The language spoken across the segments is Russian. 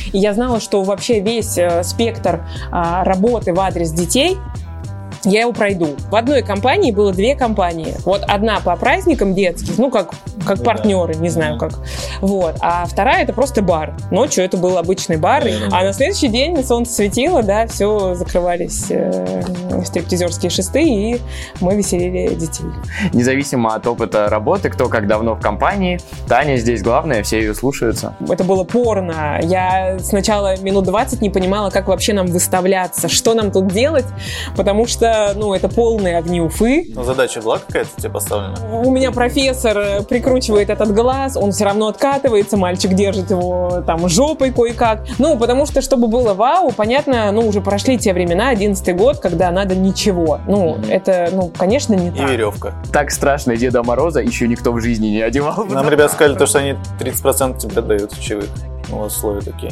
и я знала, что вообще весь спектр работы в адрес детей я его пройду. В одной компании было 2 компании. Вот одна по праздникам детским, как партнеры, не знаю как. Вот. А вторая это просто бар. Ночью это был обычный бар. А на следующий день солнце светило, да, все, закрывались стриптизерские шесты, и мы веселили детей. Независимо от опыта работы, кто как давно в компании, Таня здесь главная, все ее слушаются. Это было порно. Я сначала минут 20 не понимала, как вообще нам выставляться, что нам тут делать, потому что это полные огни Уфы. Но задача была какая-то тебе поставлена? У меня профессор прикручивает этот глаз, он все равно откатывается, мальчик держит его там жопой кое-как. Потому что, чтобы было вау, понятно, уже прошли те времена, 11-й год, когда надо ничего. Это, конечно, не так. И веревка. Так страшно Деда Мороза еще никто в жизни не одевал. Нам ребята сказали, что они 30% тебе дают чаевых. У вас условия такие.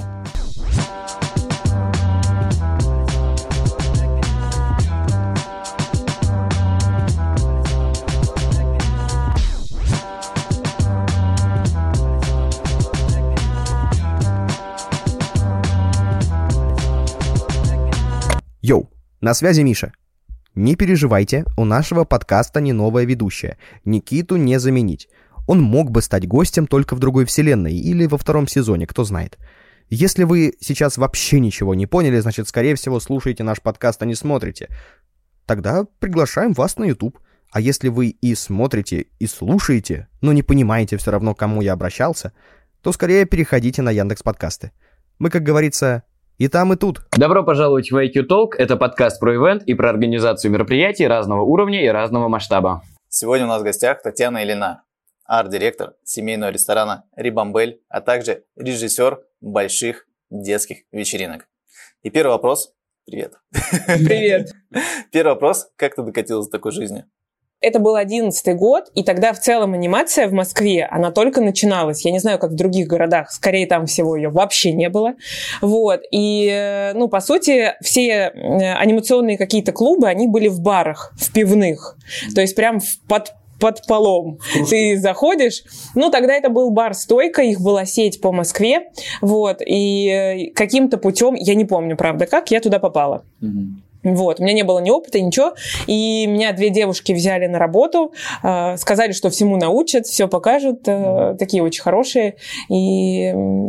Йоу, на связи Миша. Не переживайте, у нашего подкаста не новая ведущая. Никиту не заменить. Он мог бы стать гостем только в другой вселенной или во 2 сезоне, кто знает. Если вы сейчас вообще ничего не поняли, значит, скорее всего, слушаете наш подкаст, а не смотрите. Тогда приглашаем вас на YouTube. А если вы и смотрите, и слушаете, но не понимаете все равно, к кому я обращался, то скорее переходите на Яндекс.Подкасты. Мы, как говорится, и там, и тут. Добро пожаловать в IQ Talk. Это подкаст про ивент и про организацию мероприятий разного уровня и разного масштаба. Сегодня у нас в гостях Татьяна Ильина, арт-директор семейного ресторана «Рибамбель», а также режиссер больших детских вечеринок. И первый вопрос. Привет. Привет. Первый вопрос. Как ты докатилась до такой жизни? Это был 11-й год, и тогда в целом анимация в Москве, она только начиналась. Я не знаю, как в других городах, скорее там всего ее вообще не было. Вот. И, по сути, все анимационные какие-то клубы, они были в барах, в пивных. То есть прям под полом. Ты заходишь. Тогда это был бар-стойка, их была сеть по Москве. Вот. И каким-то путем, я не помню, правда, как, я туда попала. Вот, у меня не было ни опыта, ничего, и меня 2 девушки взяли на работу, сказали, что всему научат, все покажут, такие очень хорошие, и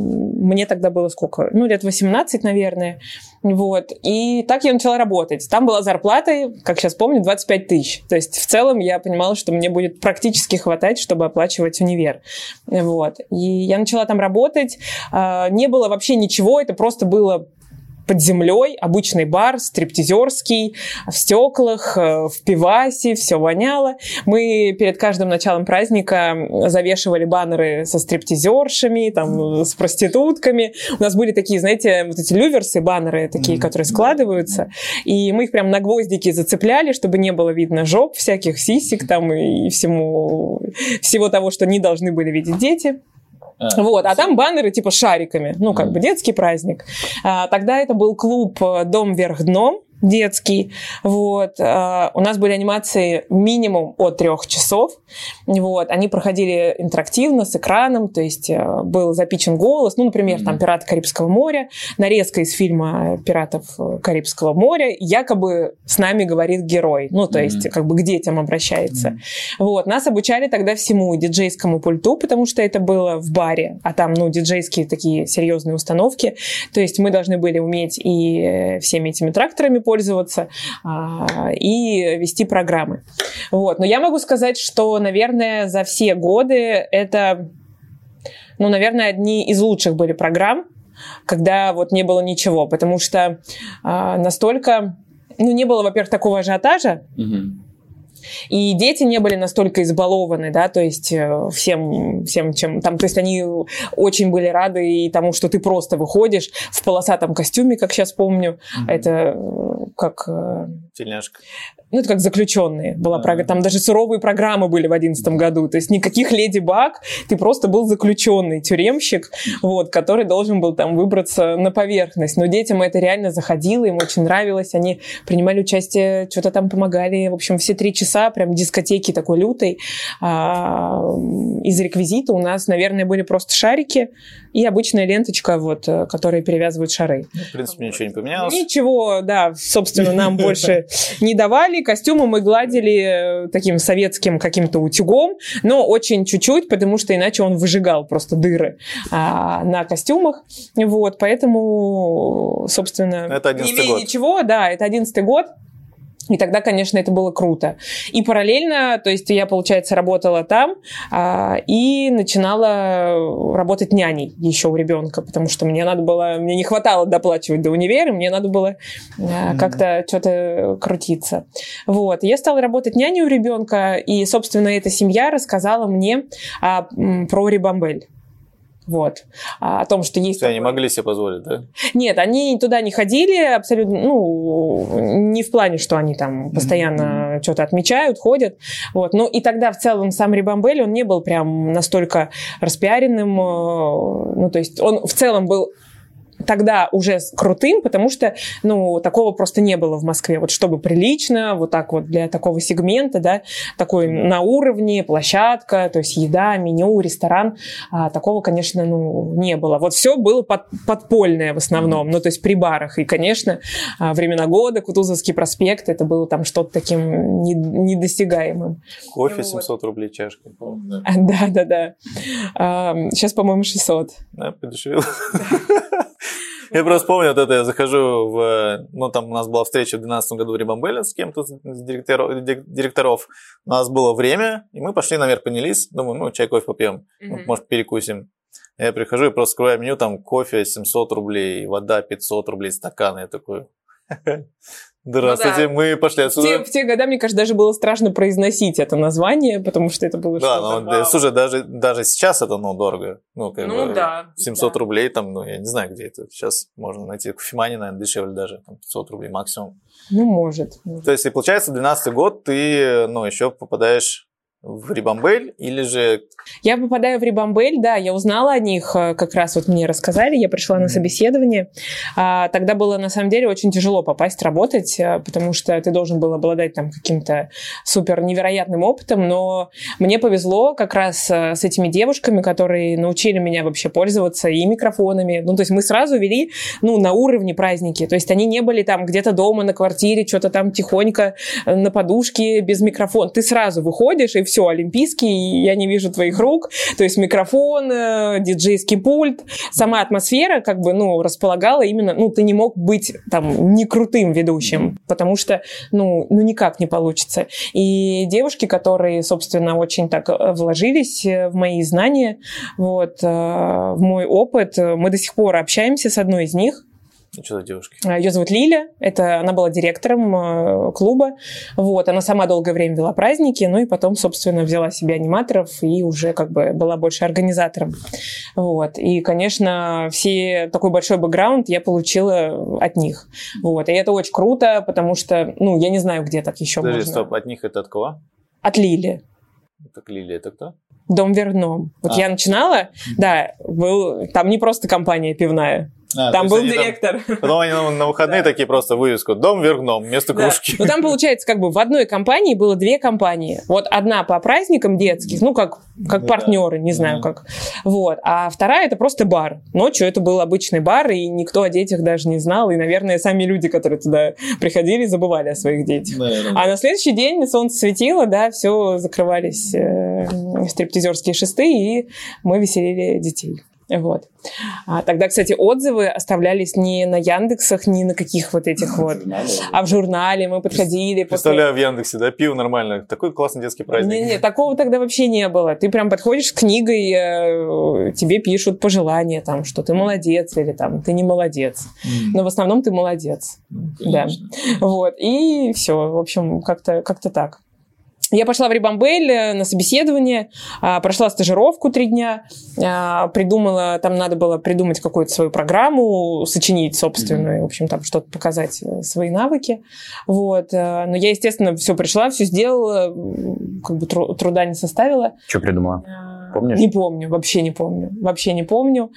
мне тогда было сколько? Лет 18, наверное, вот, и так я начала работать. Там была зарплата, как сейчас помню, 25 тысяч, то есть в целом я понимала, что мне будет практически хватать, чтобы оплачивать универ, вот, и я начала там работать, не было вообще ничего, это просто было под землей, обычный бар, стриптизерский, в стеклах, в пивасе, все воняло. Мы перед каждым началом праздника завешивали баннеры со стриптизершами, с проститутками. У нас были такие, знаете, вот эти люверсы, баннеры такие, которые складываются, и мы их прям на гвоздики зацепляли, чтобы не было видно жоп, всяких сисек и всего того, что не должны были видеть дети. Вот, а там баннеры типа шариками, детский праздник. Тогда это был клуб «Дом вверх дном», детский, вот, у нас были анимации минимум от 3 часов, вот, они проходили интерактивно, с экраном, то есть был запичен голос, например, там «Пираты Карибского моря», нарезка из фильма «Пиратов Карибского моря», якобы с нами говорит герой, то есть как бы к детям обращается. Вот, нас обучали тогда всему, и диджейскому пульту, потому что это было в баре, а там, диджейские такие серьезные установки, то есть мы должны были уметь и всеми этими тракторами пользоваться и вести программы. Вот. Но я могу сказать, что, наверное, за все годы это, наверное, одни из лучших были программ, когда не было ничего, потому что настолько, не было, во-первых, такого ажиотажа, и дети не были настолько избалованы, да, то есть всем, чем там, то есть они очень были рады и тому, что ты просто выходишь в полосатом костюме, как сейчас помню, это как... Тельняшка. ну, это как заключенные была программа. Там даже суровые программы были в 2011 году. То есть никаких Леди Баг, ты просто был заключенный тюремщик, вот, который должен был там выбраться на поверхность. Но детям это реально заходило, им очень нравилось. Они принимали участие, что-то там помогали. В общем, все 3 часа прям дискотеки такой лютой. Из реквизита у нас, наверное, были просто шарики и обычная ленточка, вот, которая перевязывают шары. В принципе, ничего не поменялось. Ничего, да, собственно, нам больше не давали. Костюмы мы гладили таким советским каким-то утюгом, но очень чуть-чуть, потому что иначе он выжигал просто дыры на костюмах. Вот, поэтому, собственно, это 11-й год. Ничего, да, это 11-й год. И тогда, конечно, это было круто. И параллельно, то есть я, получается, работала там и начинала работать няней еще у ребенка, потому что мне не хватало доплачивать до универа, мне надо было как-то что-то крутиться. Вот. Я стала работать няней у ребенка, и, собственно, эта семья рассказала мне про Рибамбель. Вот. О том, что есть... Они могли себе позволить, да? Нет, они туда не ходили абсолютно, не в плане, что они там постоянно что-то отмечают, ходят. Вот. Ну, и тогда в целом сам Рибамбель, он не был прям настолько распиаренным, ну, то есть он в целом был тогда уже крутым, потому что, такого просто не было в Москве. Вот чтобы прилично, вот так вот для такого сегмента, да, такой на уровне, площадка, то есть еда, меню, ресторан, такого, конечно, не было. Вот все было подпольное в основном, то есть при барах. И, конечно, времена года, Кутузовский проспект, это было там что-то таким недосягаемым. Кофе 700 рублей чашка. Да. Сейчас, по-моему, 600. Да, подешевел. Я просто помню, я захожу там у нас была встреча в 2012 году в Рибамбеле с кем-то из директоров. У нас было время, и мы пошли наверх, поднялись. Думаю, чай, кофе попьем, может, перекусим. Я прихожу и просто скрываю меню, там кофе 700 рублей, вода 500 рублей, стакан. Я такой... Здравствуйте, мы пошли отсюда. В те годы, мне кажется, даже было страшно произносить это название, потому что это было что-то... Да, слушай, даже сейчас это, дорого. Да. 700 рублей, там, я не знаю, где это. Сейчас можно найти. Кофемания, наверное, дешевле даже. 500 рублей максимум. Может. То есть, и получается, 12-й год ты, еще попадаешь в Рибамбель или же... Я попадаю в Рибамбель, да, я узнала о них, как раз вот мне рассказали, я пришла на собеседование. Тогда было, на самом деле, очень тяжело попасть работать, потому что ты должен был обладать там каким-то супер невероятным опытом, но мне повезло как раз с этими девушками, которые научили меня вообще пользоваться и микрофонами. То есть мы сразу вели, на уровне праздники, то есть они не были там где-то дома на квартире, что-то там тихонько на подушке без микрофона. Ты сразу выходишь, и все, олимпийский, я не вижу твоих рук, то есть микрофон, диджейский пульт, сама атмосфера располагала именно, ты не мог быть там не крутым ведущим, потому что, никак не получится. И девушки, которые, собственно, очень так вложились в мои знания, в мой опыт, мы до сих пор общаемся с одной из них. Что за девушки? Ее зовут Лиля, она была директором клуба, она сама долгое время вела праздники, и потом, собственно, взяла себе аниматоров и уже была больше организатором. И, конечно, такой большой бэкграунд я получила от них. И это очень круто, потому что, я не знаю, где так еще можно. Стоп, от них это от кого? От Лили. Так Лилия это кто? Дом Верном. Я начинала, там не просто компания пивная. Там был директор. Потом они на выходные такие просто вывеску «Дом вверх дном» вместо кружки. Там, получается, в одной компании было 2 компании. Одна по праздникам детских, как партнеры, не знаю как. А вторая это просто бар. Ночью это был обычный бар, и никто о детях даже не знал. И, наверное, сами люди, которые туда приходили, забывали о своих детях. А на следующий день солнце светило, все, закрывались стриптизерские шесты, и мы веселили детей. Тогда, кстати, отзывы оставлялись не на Яндексах, не на каких этих а в журнале мы подходили. Представляю, в Яндексе, пиво нормально. Такой классный детский праздник. Нет, такого тогда вообще не было. Ты прям подходишь с книгой, тебе пишут пожелания, что ты молодец или ты не молодец. Но в основном ты молодец. Да. И все, в общем, как-то так. Я пошла в Рибамбель на собеседование, прошла стажировку 3 дня, придумала, там надо было придумать какую-то свою программу, сочинить собственную, в общем, там что-то показать, свои навыки. Вот. Но я, естественно, все пришла, все сделала, как бы труда не составила. Что придумала? Помнишь? Не помню, вообще не помню. Вообще не помню.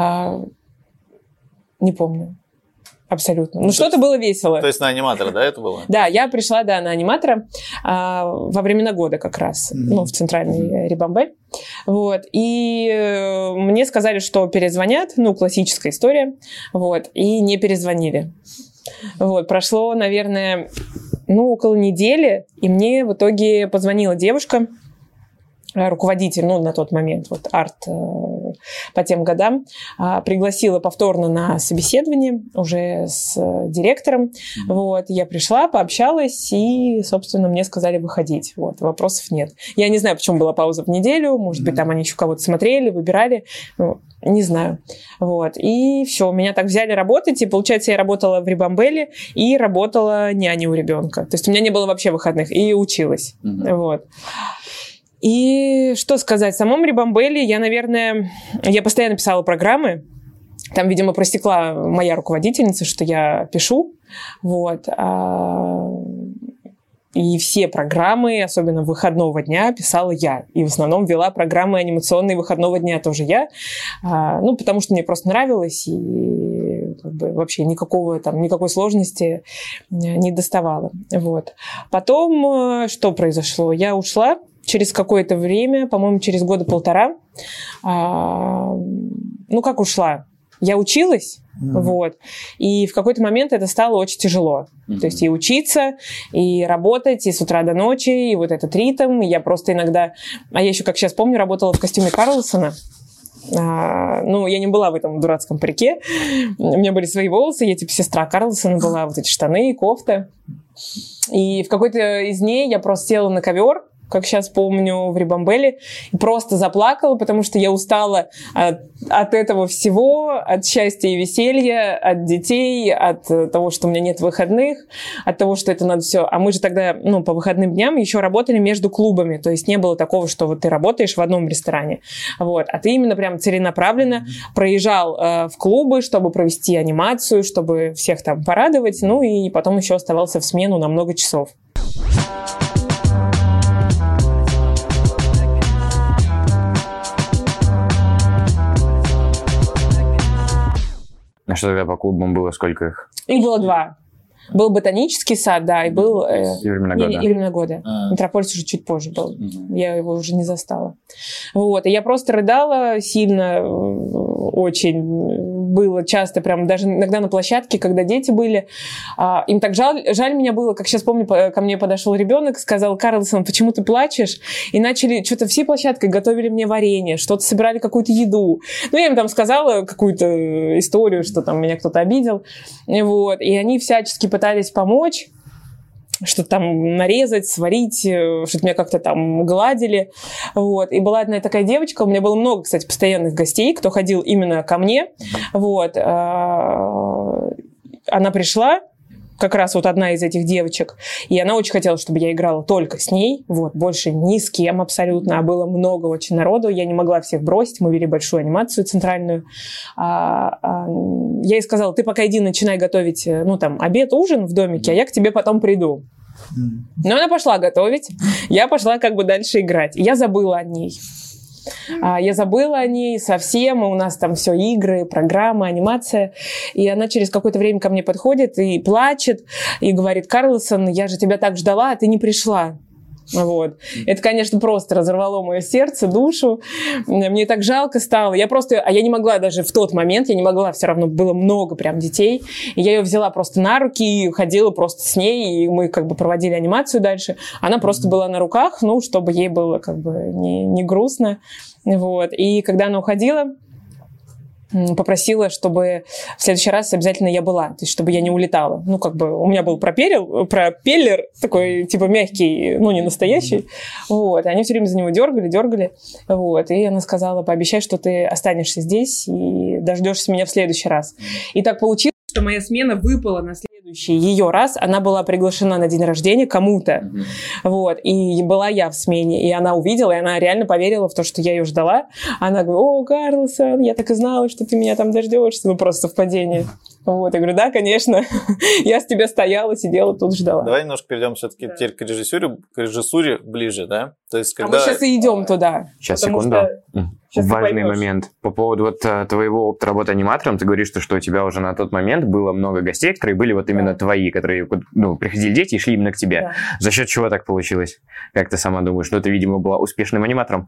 Не помню. Абсолютно. Ну, что-то было весело. То есть на аниматора, да, это было? Да, я пришла, да, на аниматора во времена года как раз, в центральный Рибамбель. Вот. И мне сказали, что перезвонят, классическая история, вот, и не перезвонили. Вот. Прошло, наверное, около недели, и мне в итоге позвонила девушка, руководитель, на тот момент, вот, арт по тем годам, пригласила повторно на собеседование уже с директором. Вот, я пришла, пообщалась, и, собственно, мне сказали выходить. Вот, вопросов нет. Я не знаю, почему была пауза в неделю, может быть, там они еще кого-то смотрели, выбирали, не знаю. Вот, и все, меня так взяли работать, и, получается, я работала в Рибамбеле и работала няней у ребенка. То есть у меня не было вообще выходных, и училась. Вот. И что сказать, в самом Рибамбеле я постоянно писала программы. Там, видимо, просекла моя руководительница, что я пишу. Вот. И все программы, особенно выходного дня, писала я. И в основном вела программы анимационные выходного дня тоже я. Потому что мне просто нравилось, и как бы вообще никакой сложности не доставала. Вот. Потом что произошло? Я ушла. Через какое-то время, по-моему, через 1.5 года, как ушла? Я училась, вот, и в какой-то момент это стало очень тяжело. То есть и учиться, и работать, и с утра до ночи, и вот этот ритм. И я просто иногда... я еще, как сейчас помню, работала в костюме Карлсона. Я не была в этом дурацком парике. У меня были свои волосы, я типа сестра Карлсона была, вот эти штаны, кофта. И в какой-то из дней я просто села на ковер, как сейчас помню, в Рибамбеле, и просто заплакала, потому что я устала от этого всего, от счастья и веселья, от детей, от того, что у меня нет выходных, от того, что это надо все. А мы же тогда, по выходным дням еще работали между клубами, то есть не было такого, что вот ты работаешь в одном ресторане, вот, а ты именно прям целенаправленно проезжал в клубы, чтобы провести анимацию, чтобы всех там порадовать, и потом еще оставался в смену на много часов. А что тогда по клубам было? Сколько их? Их было 2. Был ботанический сад, да, и был... И времена года. Метрополис уже чуть позже был. Я его уже не застала. Вот. И я просто рыдала сильно, очень. Было часто, прям даже иногда на площадке, когда дети были. Им так жаль меня было, как сейчас помню, ко мне подошел ребенок, сказал: «Карлсон, почему ты плачешь?» И начали что-то всей площадкой готовили мне варенье, что-то собирали, какую-то еду. Я им там сказала какую-то историю, что там меня кто-то обидел. Вот. И они всячески пытались помочь, что-то там нарезать, сварить, что-то меня как-то там гладили. Вот. И была одна такая девочка, у меня было много, кстати, постоянных гостей, кто ходил именно ко мне. Вот. Она пришла, как раз вот одна из этих девочек, и она очень хотела, чтобы я играла только с ней, вот, больше ни с кем абсолютно, а было много очень народу, я не могла всех бросить, мы вели большую анимацию центральную. Я ей сказала: ты пока иди начинай готовить, обед, ужин в домике, а я к тебе потом приду. Но она пошла готовить, я пошла как бы дальше играть, и я забыла о ней. Я забыла о ней совсем, и у нас там все игры, программа, анимация. И она через какое-то время ко мне подходит и плачет, и говорит: «Карлсон, я же тебя так ждала, а ты не пришла». Вот. Это, конечно, просто разорвало мое сердце, душу. Мне так жалко стало. Я не могла даже в тот момент, все равно было много прям детей. И я ее взяла просто на руки и ходила просто с ней, и мы как бы проводили анимацию дальше. Она просто была на руках, чтобы ей было как бы не грустно. Вот. И когда она уходила, попросила, чтобы в следующий раз обязательно я была, то есть чтобы я не улетала. У меня был пропеллер такой, типа мягкий, не настоящий. Вот. И они все время за него дергали. Вот. И она сказала: пообещай, что ты останешься здесь и дождешься меня в следующий раз. И так получилось, что моя смена выпала на следующий ее раз она была приглашена на день рождения кому-то, вот, и была я в смене, и она увидела, и она реально поверила в то, что я ее ждала. Она говорит: о, Карлсон, я так и знала, что ты меня там дождешься, ну, просто совпадение. Вот, я говорю: да, конечно, я с тебя стояла, сидела, тут ждала. Давай немножко перейдем все-таки теперь к режиссуре ближе, да? То есть, когда... А мы сейчас и идем туда. Сейчас, секунду. Важный момент. По поводу вот твоего опыта работы аниматором, ты говоришь, что у тебя уже на тот момент было много гостей, которые были вот именно твои, которые, ну, приходили дети и шли именно к тебе. Да. За счет чего так получилось? Как ты сама думаешь? Что ты, видимо, была успешным аниматором?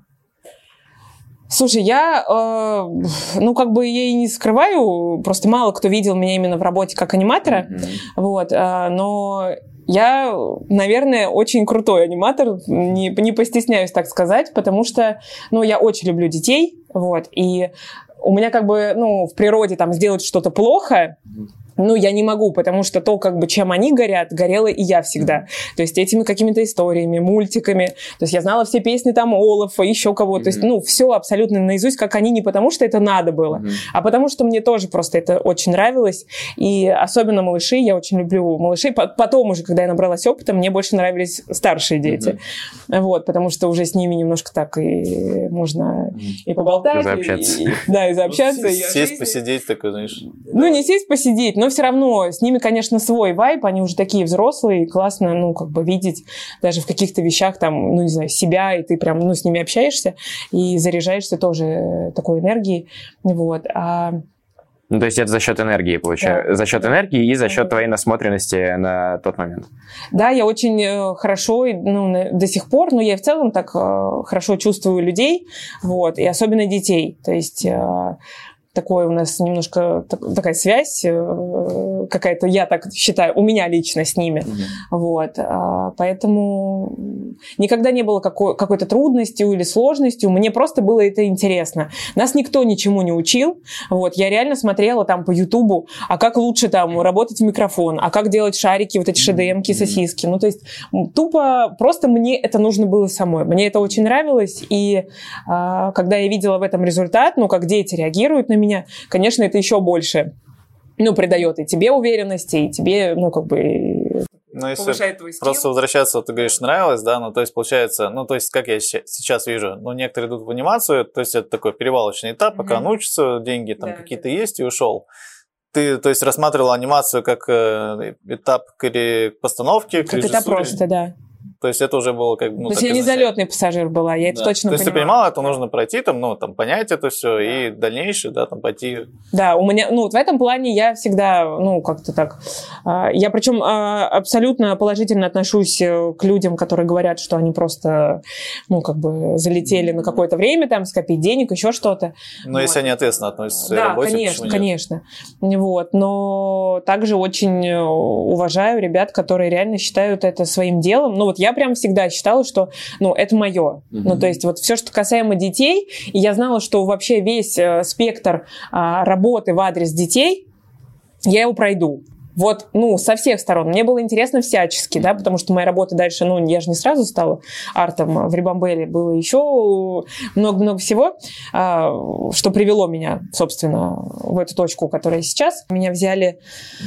Слушай, я, ну, как бы я и не скрываю, просто мало кто видел меня именно в работе как аниматора, вот, но я, наверное, очень крутой аниматор, не постесняюсь так сказать, потому что, ну, я очень люблю детей, вот, и у меня как бы, ну, в природе там сделать что-то плохо, ну, я не могу, потому что то, как бы, чем они горят, горела и я всегда. То есть этими какими-то историями, мультиками. То есть я знала все песни там Олафа, еще кого-то. То есть, ну, все абсолютно наизусть, как они, не потому что это надо было, а потому что мне тоже просто это очень нравилось. И особенно малыши, я очень люблю малышей. Потом уже, когда я набралась опыта, мне больше нравились старшие дети. Вот, потому что уже с ними немножко так и можно и поболтать. И заобщаться. Да, и заобщаться. Сесть, посидеть такой, знаешь. Ну, не сесть, посидеть, но все равно с ними, конечно, свой вайб, они уже такие взрослые, классно, ну, как бы видеть даже в каких-то вещах там, ну, не знаю, себя, и ты прям, ну, с ними общаешься и заряжаешься тоже такой энергией, вот. Ну, то есть это за счет энергии, получается, да. За счет энергии и за счет твоей насмотренности на тот момент. Да, я очень хорошо, ну, до сих пор, но я в целом так хорошо чувствую людей, вот, и особенно детей, то есть... Такое у нас немножко такая связь какая-то, я так считаю, у меня лично с ними. Вот. Поэтому никогда не было какой-то трудностью или сложностью. Мне просто было это интересно. Нас никто ничему не учил. Вот. Я реально смотрела там по Ютубу, а как лучше там работать в микрофон, а как делать шарики, вот эти ШДМки, сосиски. Ну, то есть тупо просто мне это нужно было самой. Мне это очень нравилось. И когда я видела в этом результат, ну, как дети реагируют на меня, конечно, это еще больше, ну, придает и тебе уверенности, и тебе, ну, как бы, повышает твой скилл. Просто возвращаться, ты говоришь, нравилось, да, ну, то есть, получается, ну, то есть, как я сейчас вижу, ну, некоторые идут в анимацию, то есть, это такой перевалочный этап, пока он учится, деньги там какие-то есть, и ушел. Ты, то есть, рассматривала анимацию как этап к постановке, к режиссуре? Как этап просто, да. То есть это уже было как... Ну, то есть я не залетный пассажир была, я это точно понимала. То есть ты понимала, это нужно пройти, там, ну, там, понять это все, и дальнейшее, да, там, пойти... Да, у меня, ну, вот в этом плане я всегда, ну, как-то так... Я причем абсолютно положительно отношусь к людям, которые говорят, что они просто, ну, как бы залетели на какое-то время, там, скопить денег, еще что-то. Но вот. Если они ответственно относятся к своей работе, конечно, конечно. Вот, но также очень уважаю ребят, которые реально считают это своим делом. Ну, вот я прям всегда считала, что, ну, это мое. Ну, то есть вот все, что касаемо детей, и я знала, что вообще весь спектр работы в адрес детей, я его пройду. Вот, ну, со всех сторон. Мне было интересно всячески, да, потому что моя работа дальше, ну, я же не сразу стала артом в Рибамбеле, было еще много-много всего, что привело меня, собственно, в эту точку, которая сейчас. Меня взяли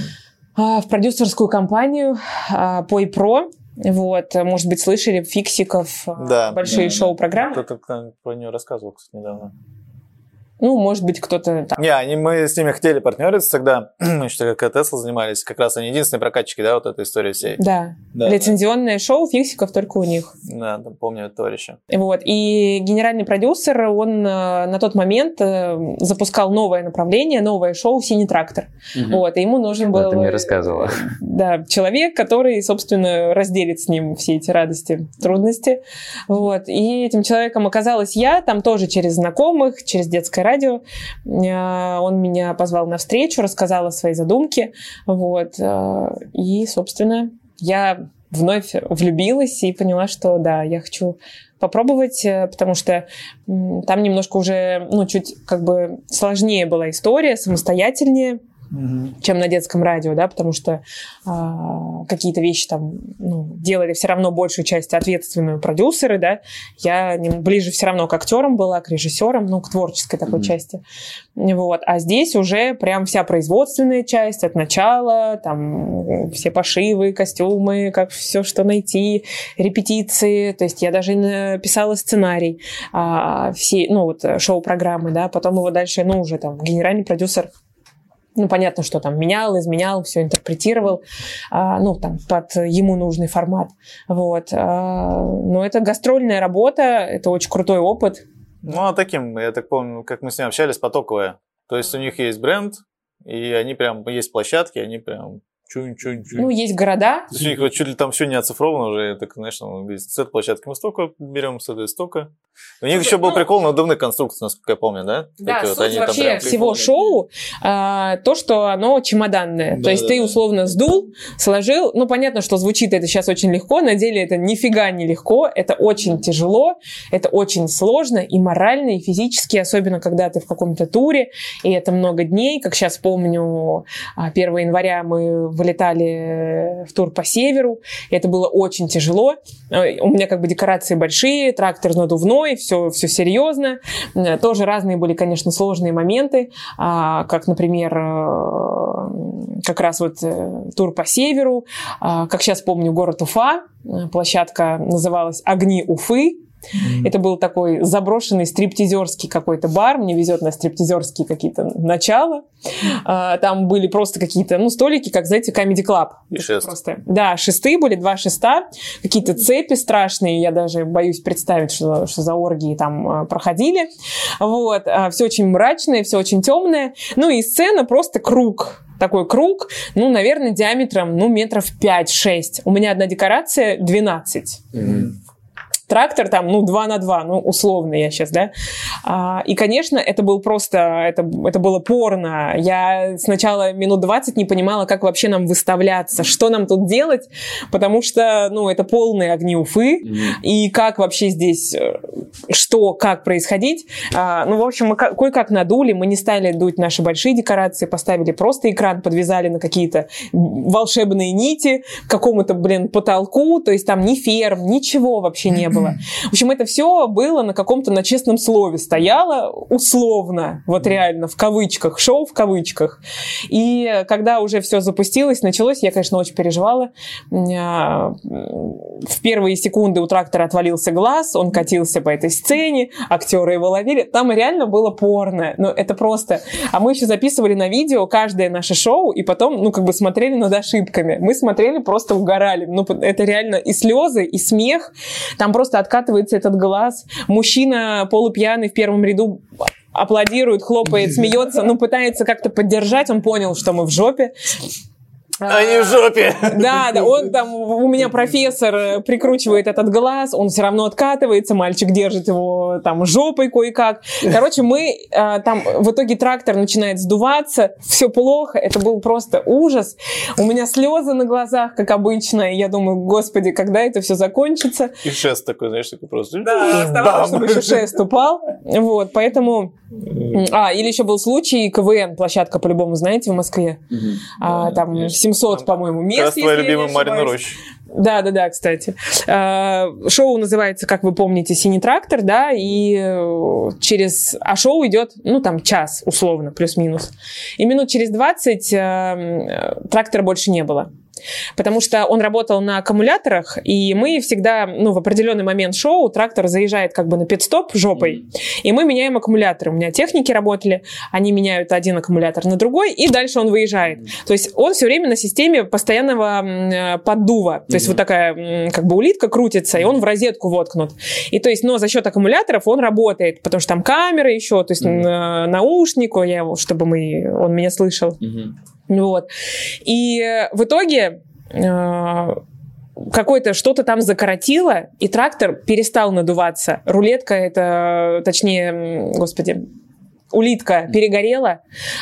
в продюсерскую компанию POI-PRO. Вот, может быть, слышали Фиксиков, да, большие шоу-программы. Кто-то про нее рассказывал, кстати, недавно. Ну, может быть, кто-то там. Не, мы с ними хотели партнериться тогда, мы еще как Tesla занимались, как раз они единственные прокатчики, да, вот этой истории всей. Да, лицензионное шоу Фиксиков только у них. Да, помню это товарища. Вот, и генеральный продюсер, он на тот момент запускал новое направление, новое шоу «Синий трактор». Вот, и ему нужен был... Ты мне рассказывала. Да, человек, который, собственно, разделит с ним все эти радости, трудности. Вот, и этим человеком оказалась я, там тоже через знакомых, через детское радио. Он меня позвал на встречу, рассказал о своей задумке. Вот. И, собственно, я вновь влюбилась и поняла, что да, я хочу попробовать, потому что там немножко уже, ну, чуть как бы сложнее была история, самостоятельнее. чем на детском радио, да, потому что какие-то вещи там делали все равно большую часть ответственную продюсеры, да, я ближе все равно к актерам была, к режиссерам, к творческой такой части, вот, а здесь уже прям вся производственная часть от начала, там все пошивы, костюмы, как все, что найти, репетиции, то есть я даже писала сценарий, все, шоу-программы, да, потом его дальше, уже там генеральный продюсер, понятно, что там менял, изменял, все интерпретировал, там, под ему нужный формат. Вот. Но это гастрольная работа, это очень крутой опыт. Таким, я так помню, как мы с ним общались, потоковая. То есть у них есть бренд, и они прям, есть площадки, они прям чунь-чунь-чунь. Есть города. То есть у них чуть ли там все не оцифровано уже, так, знаешь, с этой площадки мы столько берем, с этой столько. У них еще был прикол надувных конструкций, насколько я помню, да? Да, суть вообще всего шоу, то, что оно чемоданное. То есть ты условно сдул, сложил, понятно, что звучит это сейчас очень легко, на деле это нифига не легко, это очень тяжело, это очень сложно и морально, и физически, особенно когда ты в каком-то туре, и это много дней, как сейчас помню, 1 января мы вылетали в тур по северу, и это было очень тяжело. У меня декорации большие, трактор надувной, все серьезно. Тоже разные были, конечно, сложные моменты, как, например, как раз тур по северу, как сейчас помню, город Уфа, площадка называлась «Огни Уфы». Это был такой заброшенный стриптизерский какой-то бар. Мне везет на стриптизерские какие-то начала. Там были просто какие-то, столики, как, знаете, Comedy Club. И шест. Просто. Да, шесты были, 2 шеста. Какие-то цепи страшные. Я даже боюсь представить, что за оргии там проходили. Вот. Все очень мрачное, все очень темное. И сцена просто круг. Такой круг, наверное, диаметром, метров 5-6. У меня одна декорация 12. Трактор там, 2 на 2, условно я сейчас, да. И, конечно, это был просто, это было порно. Я сначала минут 20 не понимала, как вообще нам выставляться, что нам тут делать, потому что, это полные огни Уфы, и как вообще здесь, как происходить. В общем, мы кое-как надули, мы не стали дуть наши большие декорации, поставили просто экран, подвязали на какие-то волшебные нити к какому-то, потолку, то есть там ни ферм, ничего вообще не было. В общем, это все было на честном слове, стояло условно, реально, в кавычках, шоу в кавычках. И когда уже все запустилось, началось, я, конечно, очень переживала. В первые секунды у трактора отвалился глаз, он катился по этой сцене, актеры его ловили. Там реально было порно. Это просто... А мы еще записывали на видео каждое наше шоу, и потом, смотрели над ошибками. Мы смотрели, просто угорали. Это реально и слезы, и смех. Там просто откатывается этот глаз. Мужчина полупьяный в первом ряду аплодирует, хлопает, смеется, пытается как-то поддержать. Он понял, что мы в жопе. Они в жопе. Да, он там, у меня профессор прикручивает этот глаз, он все равно откатывается, мальчик держит его там жопой кое-как. Короче, мы там, в итоге трактор начинает сдуваться, все плохо, это был просто ужас. У меня слезы на глазах, как обычно, и я думаю, господи, когда это все закончится. И шест такой, знаешь, такой просто. Да, оставалось, чтобы еще шест упал. Вот, поэтому... или еще был случай, КВН, площадка, по-любому, знаете, в Москве. Там 700, по-моему, мест. Как твоя любимая Марина Рощ. Да, кстати. Шоу называется, как вы помните, «Синий трактор», да, и А шоу идет, час, условно, плюс-минус. И минут через 20 трактора больше не было. Потому что он работал на аккумуляторах, и мы всегда, в определенный момент шоу трактор заезжает на пит-стоп жопой, и мы меняем аккумуляторы. У меня техники работали, они меняют один аккумулятор на другой, и дальше он выезжает. То есть он все время на системе постоянного поддува. То есть такая улитка крутится, и он в розетку воткнут. И то есть, но за счет аккумуляторов он работает, потому что там камера еще, то есть наушник, чтобы он меня слышал. Вот. И в итоге какое-то что-то там закоротило, и трактор перестал надуваться. Рулетка, улитка перегорела,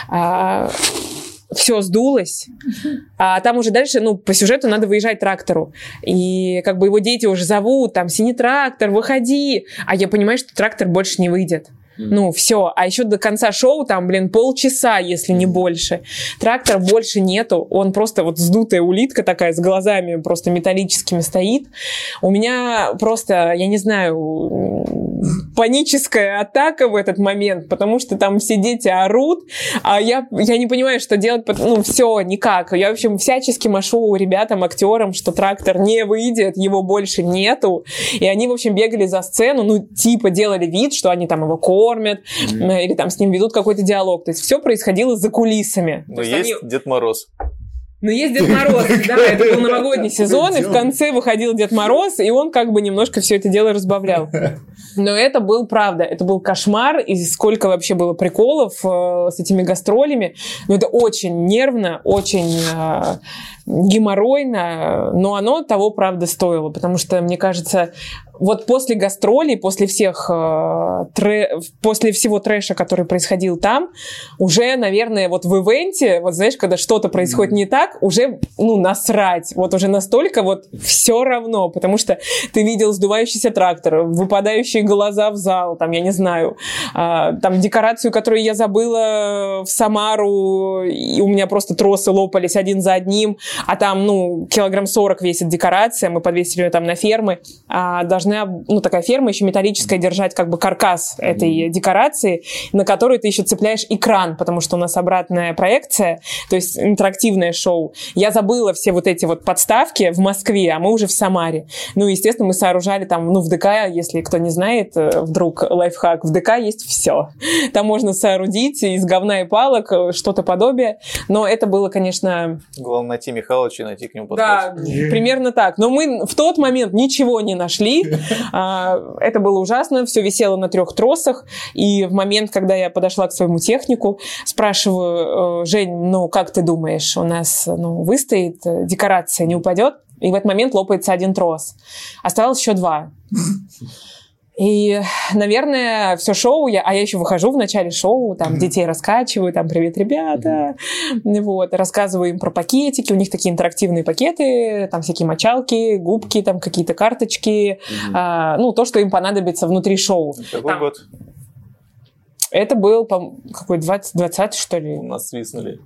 все сдулось, а там уже дальше, по сюжету надо выезжать трактору. И его дети уже зовут, там, «Синий трактор, выходи!» А я понимаю, что трактор больше не выйдет. Ну, все. А еще до конца шоу там, полчаса, если не больше. Трактора больше нету. Он просто вот сдутая улитка такая, с глазами просто металлическими стоит. У меня просто, я не знаю, паническая атака в этот момент, потому что там все дети орут, а я не понимаю, что делать. Ну, все, никак. Я, в общем, всячески машу ребятам, актерам, что трактор не выйдет, его больше нету. И они, в общем, бегали за сцену, ну, типа делали вид, что они там его кормят, или там с ним ведут какой-то диалог. То есть все происходило за кулисами. Но есть Дед Мороз. Ну, есть Дед Мороз, да, это был новогодний сезон, и в конце выходил Дед Мороз, и он как бы немножко все это дело разбавлял. Но это был, правда, это был кошмар, и сколько вообще было приколов с этими гастролями. Ну, это очень нервно, очень геморройно, но оно того, правда, стоило, потому что, мне кажется, вот после гастролей, после всего трэша, который происходил там, уже, наверное, вот в ивенте, вот знаешь, когда что-то происходит не так, уже, ну, насрать. Вот уже настолько вот все равно, потому что ты видел сдувающийся трактор, выпадающие глаза в зал, там, я не знаю, там декорацию, которую я забыла в Самару, и у меня просто тросы лопались один за одним, а там, ну, 40 килограмм весит декорация, мы подвесили ее там на фермы, а должна, ну, такая ферма еще металлическая держать как бы каркас этой декорации, на которую ты еще цепляешь экран, потому что у нас обратная проекция, то есть интерактивное шоу. Я забыла все вот эти вот подставки в Москве, а мы уже в Самаре. Ну, естественно, мы сооружали там, ну, в ДК, если кто не знает, вдруг лайфхак, в ДК есть все. Там можно соорудить из говна и палок что-то подобие, но это было, конечно... Главное найти Михалыча и найти к нему подход. Да, примерно так. Но мы в тот момент ничего не нашли. Это было ужасно, все висело на 3 тросах. И в момент, когда я подошла к своему технику, спрашиваю: Жень, ну как ты думаешь, у нас выстоит, декорация не упадет? И в этот момент лопается 1 трос. Оставалось еще 2. И, наверное, все шоу, я еще выхожу в начале шоу, там детей раскачиваю, там привет, ребята, вот, рассказываю им про пакетики, у них такие интерактивные пакеты, там всякие мочалки, губки, там какие-то карточки, ну, то, что им понадобится внутри шоу. Какой там... год? Это был, какой, 20-й, что ли? У нас свистнули.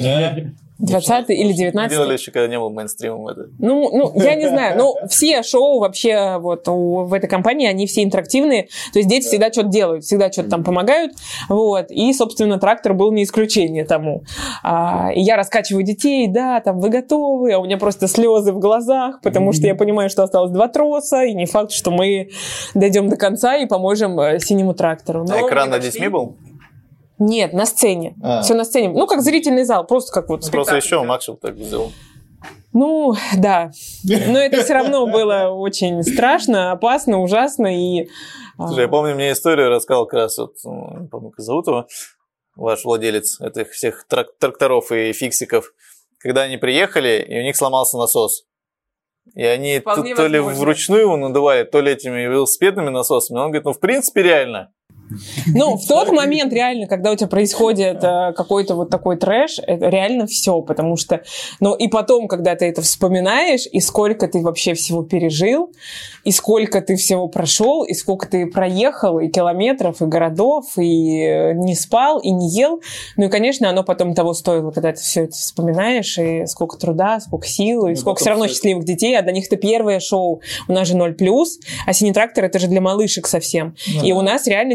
20-й или 19-й. Делали еще, когда не был мейнстримом это. Ну, я не знаю. Ну, все шоу вообще вот в этой компании, они все интерактивные. То есть дети всегда что-то делают, всегда что-то там помогают. Вот. И, собственно, трактор был не исключение тому. И я раскачиваю детей, да, там, вы готовы? А у меня просто слезы в глазах, потому что я понимаю, что осталось 2 троса, и не факт, что мы дойдем до конца и поможем синему трактору. Но экран над детьми был? Нет, на сцене. Все на сцене. Ну, как зрительный зал, просто как вот спектакль. Просто еще Максим так сделал. Ну, да. Но это все равно было очень страшно, опасно, ужасно. И... Слушай, я помню, мне историю рассказал как раз, вот, не помню, как зовут его, ваш владелец этих всех тракторов и фиксиков, когда они приехали, и у них сломался насос. И они то ли вручную его надували, то ли этими велосипедными насосами. Он говорит, ну, в принципе, реально. Ну, в тот момент реально, когда у тебя происходит какой-то вот такой трэш, это реально все, потому что... Ну, и потом, когда ты это вспоминаешь, и сколько ты вообще всего пережил, и сколько ты всего прошел, и сколько ты проехал, и километров, и городов, и не спал, и не ел. Ну, и, конечно, оно потом того стоило, когда ты все это вспоминаешь, и сколько труда, сколько сил, и сколько все равно счастливых детей, а для них это первое шоу, у нас же 0+, а «Синий трактор» — это же для малышек совсем. И у нас реально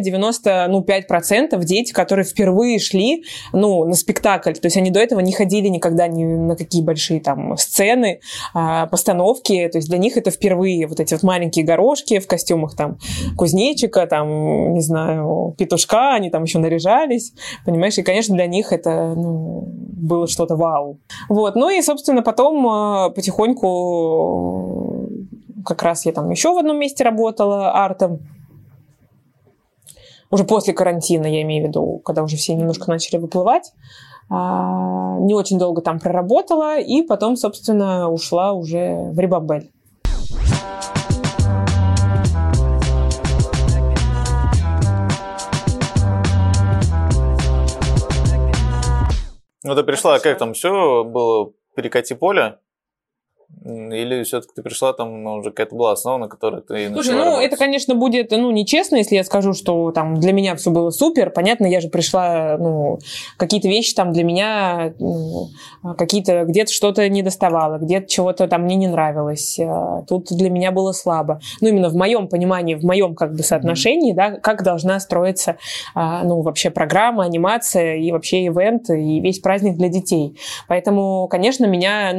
95% дети, которые впервые шли, ну, на спектакль. То есть они до этого не ходили никогда ни на какие большие там сцены, постановки. То есть для них это впервые. Вот эти вот маленькие горошки в костюмах там кузнечика, там, не знаю, петушка, они там еще наряжались. Понимаешь? И, конечно, для них это, ну, было что-то вау. Вот. Ну и, собственно, потом потихоньку как раз я там еще в одном месте работала артом. Уже после карантина, я имею в виду, когда уже все немножко начали выплывать. Не очень долго там проработала, и потом, собственно, ушла уже в Рибамбель. Ну, ты пришла, как там все было, перекати поле? Или все-таки ты пришла, там уже какая-то была основа, на которой ты начала Слушай, работать? это, конечно, будет, нечестно, если я скажу, что там для меня все было супер. Понятно, я же пришла, какие-то вещи там для меня, какие-то где-то что-то не доставало, где-то чего-то там мне не нравилось. Тут для меня было слабо. Именно в моем понимании, в моем как бы соотношении, да, как должна строиться, вообще программа, анимация и вообще ивент, и весь праздник для детей. Поэтому, конечно, меня,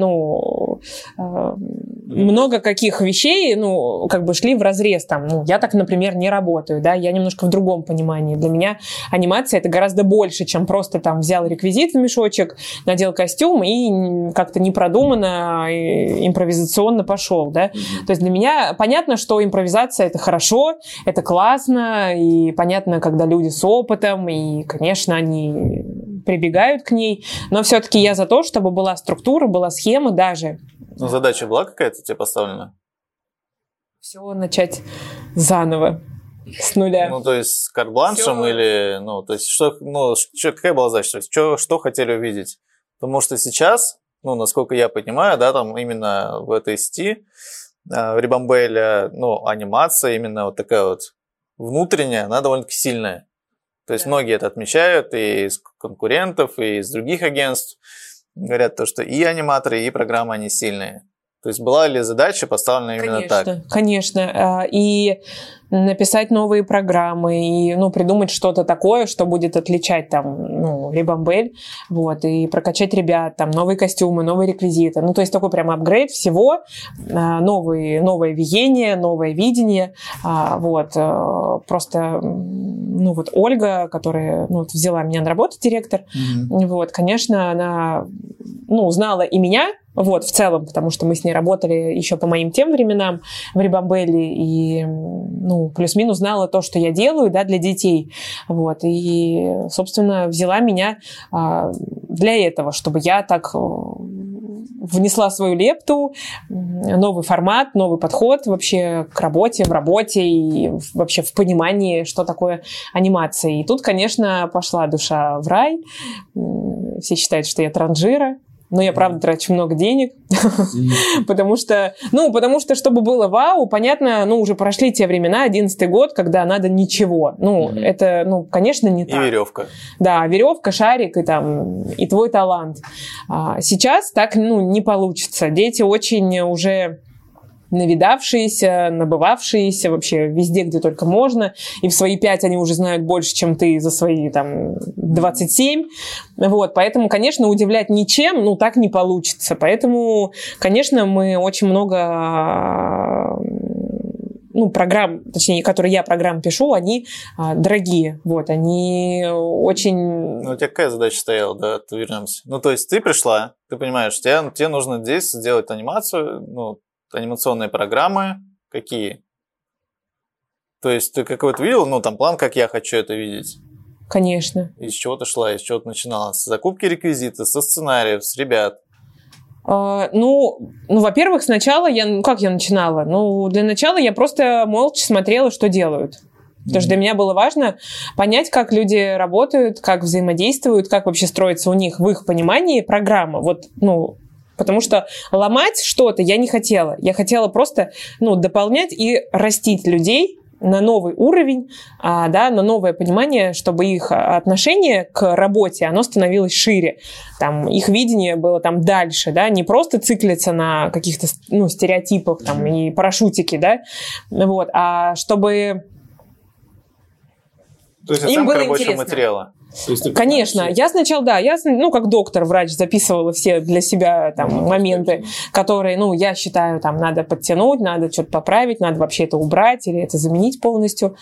много каких вещей, как бы шли вразрез там. Я так, например, не работаю, да, я немножко в другом понимании. Для меня анимация — это гораздо больше, чем просто там взял реквизит в мешочек, надел костюм и как-то непродуманно, импровизационно пошел, да. То есть для меня понятно, что импровизация — это хорошо, это классно, и понятно, когда люди с опытом, и, конечно, они прибегают к ней, но все-таки я за то, чтобы была структура, была схема даже. Задача была какая-то тебе поставлена? Все начать заново, с нуля. То есть с карт-бланшем или... то есть какая была задача? Что хотели увидеть? Потому что сейчас, насколько я понимаю, да, там именно в этой сети, в Рибамбеле, анимация именно вот такая вот внутренняя, она довольно-таки сильная. То есть многие это отмечают и из конкурентов, и из других агентств. Говорят то, что и аниматоры, и программы, они сильные. То есть была ли задача поставлена именно так? Конечно. И написать новые программы, и придумать что-то такое, что будет отличать там, Рибамбель, и прокачать ребят, там, новые костюмы, новые реквизиты. То есть такой прям апгрейд всего, новое веяние, новое видение. Просто, Ольга, которая, взяла меня на работу, директор, конечно, она, знала и меня, в целом, потому что мы с ней работали еще по моим тем временам в Рибамбеле, и, плюс-минус знала то, что я делаю, да, для детей, и, собственно, взяла меня для этого, чтобы я так внесла свою лепту, новый формат, новый подход вообще к работе, в работе и вообще в понимании, что такое анимация. И тут, конечно, пошла душа в рай. Все считают, что я транжира. Но я, правда, трачу много денег, потому что, чтобы было вау, понятно, уже прошли те времена, 11-й год, когда надо ничего. Это, конечно, не так. И веревка. Да, веревка, шарик и твой талант. Сейчас так, не получится. Дети очень уже навидавшиеся, набывавшиеся вообще везде, где только можно. И в свои 5 они уже знают больше, чем ты за свои 27. Поэтому, конечно, удивлять ничем, так не получится. Поэтому, конечно, мы очень много программ, точнее, которые я программ пишу, они дорогие. Они очень... У тебя какая задача стояла, да, вернемся? То есть ты пришла, ты понимаешь, тебе нужно здесь сделать анимацию, анимационные программы какие? То есть ты какой-то видел, план, как я хочу это видеть? Конечно. Из чего ты шла, из чего ты начинала? С закупки реквизита, со сценариев, с ребят? Во-первых, сначала как я начинала? Для начала я просто молча смотрела, что делают. Потому что для меня было важно понять, как люди работают, как взаимодействуют, как вообще строится у них в их понимании программа. Потому что ломать что-то я не хотела. Я хотела просто дополнять и растить людей на новый уровень, на новое понимание, чтобы их отношение к работе, оно становилось шире. Их видение было дальше, не просто циклиться на каких-то стереотипах и парашютики, а чтобы То есть им оценка было рабочего интересно. материала. Конечно, я сначала, как доктор, врач, записывала все для себя моменты, которые, я считаю, надо подтянуть, надо что-то поправить, надо вообще это убрать или это заменить полностью,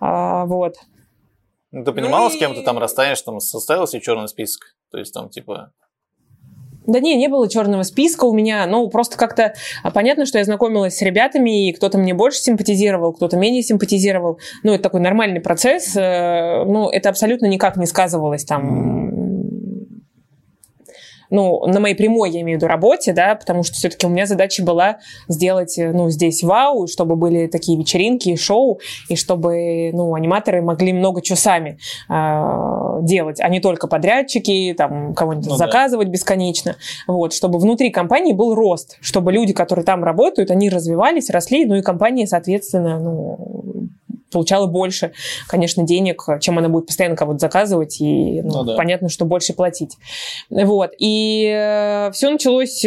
Ты понимала, с кем ты расстанешь, составил себе черный список? То есть Да не было черного списка у меня, просто как-то понятно, что я знакомилась с ребятами, и кто-то мне больше симпатизировал, кто-то менее симпатизировал. Это такой нормальный процесс, это абсолютно никак не сказывалось на моей прямой, я имею в виду, работе, да, потому что все-таки у меня задача была сделать, здесь вау, чтобы были такие вечеринки и шоу, и чтобы, аниматоры могли много чего сами делать, а не только подрядчики, там, кого-нибудь заказывать бесконечно, вот, чтобы внутри компании был рост, чтобы люди, которые там работают, они развивались, росли, и компания, соответственно, получала больше, конечно, денег, чем она будет постоянно кого-то заказывать, и понятно, что больше платить. Вот. И все началось,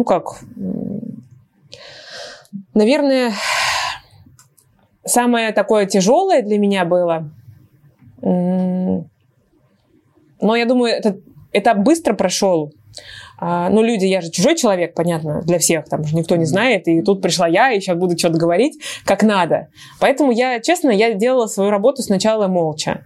наверное, самое такое тяжелое для меня было, но я думаю, этот этап быстро прошел. Люди, я же чужой человек, понятно, для всех, там же никто не знает, и тут пришла я, и сейчас буду что-то говорить, как надо. Поэтому я делала свою работу сначала молча.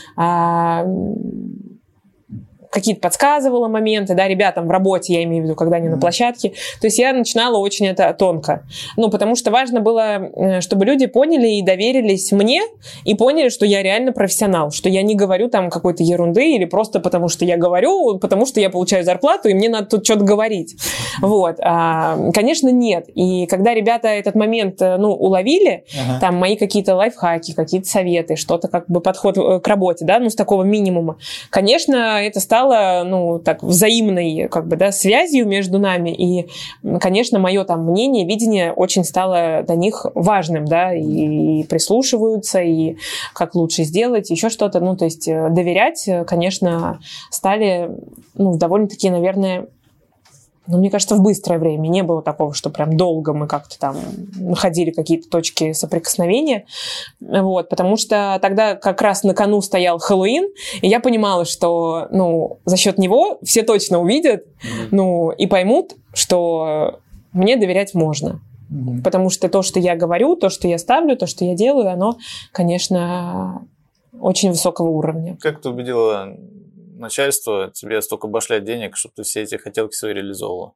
Какие-то подсказывала моменты, да, ребятам в работе, я имею в виду, когда они на площадке. То есть я начинала очень это тонко. Потому что важно было, чтобы люди поняли и доверились мне, и поняли, что я реально профессионал, что я не говорю там какой-то ерунды, или просто потому что я говорю, потому что я получаю зарплату, и мне надо тут что-то говорить. Вот. Конечно, нет. И когда ребята этот момент, уловили, там мои какие-то лайфхаки, какие-то советы, что-то как бы подход к работе, да, с такого минимума, конечно, это стало взаимной, связью между нами, и, конечно, мое там мнение, видение очень стало для них важным, да, и прислушиваются, и как лучше сделать, еще что-то, то есть доверять, конечно, стали, довольно-таки, наверное, мне кажется, в быстрое время. Не было такого, что прям долго мы как-то там находили какие-то точки соприкосновения. Вот, потому что тогда как раз на кону стоял Хэллоуин, и я понимала, что, за счет него все точно увидят, и поймут, что мне доверять можно. Потому что то, что я говорю, то, что я ставлю, то, что я делаю, оно, конечно, очень высокого уровня. Как ты убедила начальство тебе столько башлять денег, чтобы ты все эти хотелки свои реализовывала?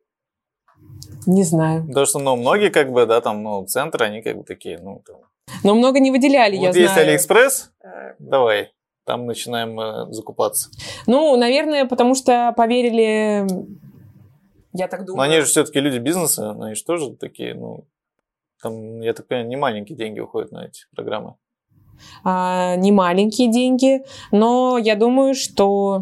Не знаю. Потому что, многие, центры, они такие, Но много не выделяли, я знаю. Вот есть Алиэкспресс, давай, там начинаем закупаться. Наверное, потому что поверили, я так думаю. Но они же все-таки люди бизнеса, они же тоже такие, там, я так понимаю, не маленькие деньги уходят на эти программы. Не маленькие деньги, но я думаю, что,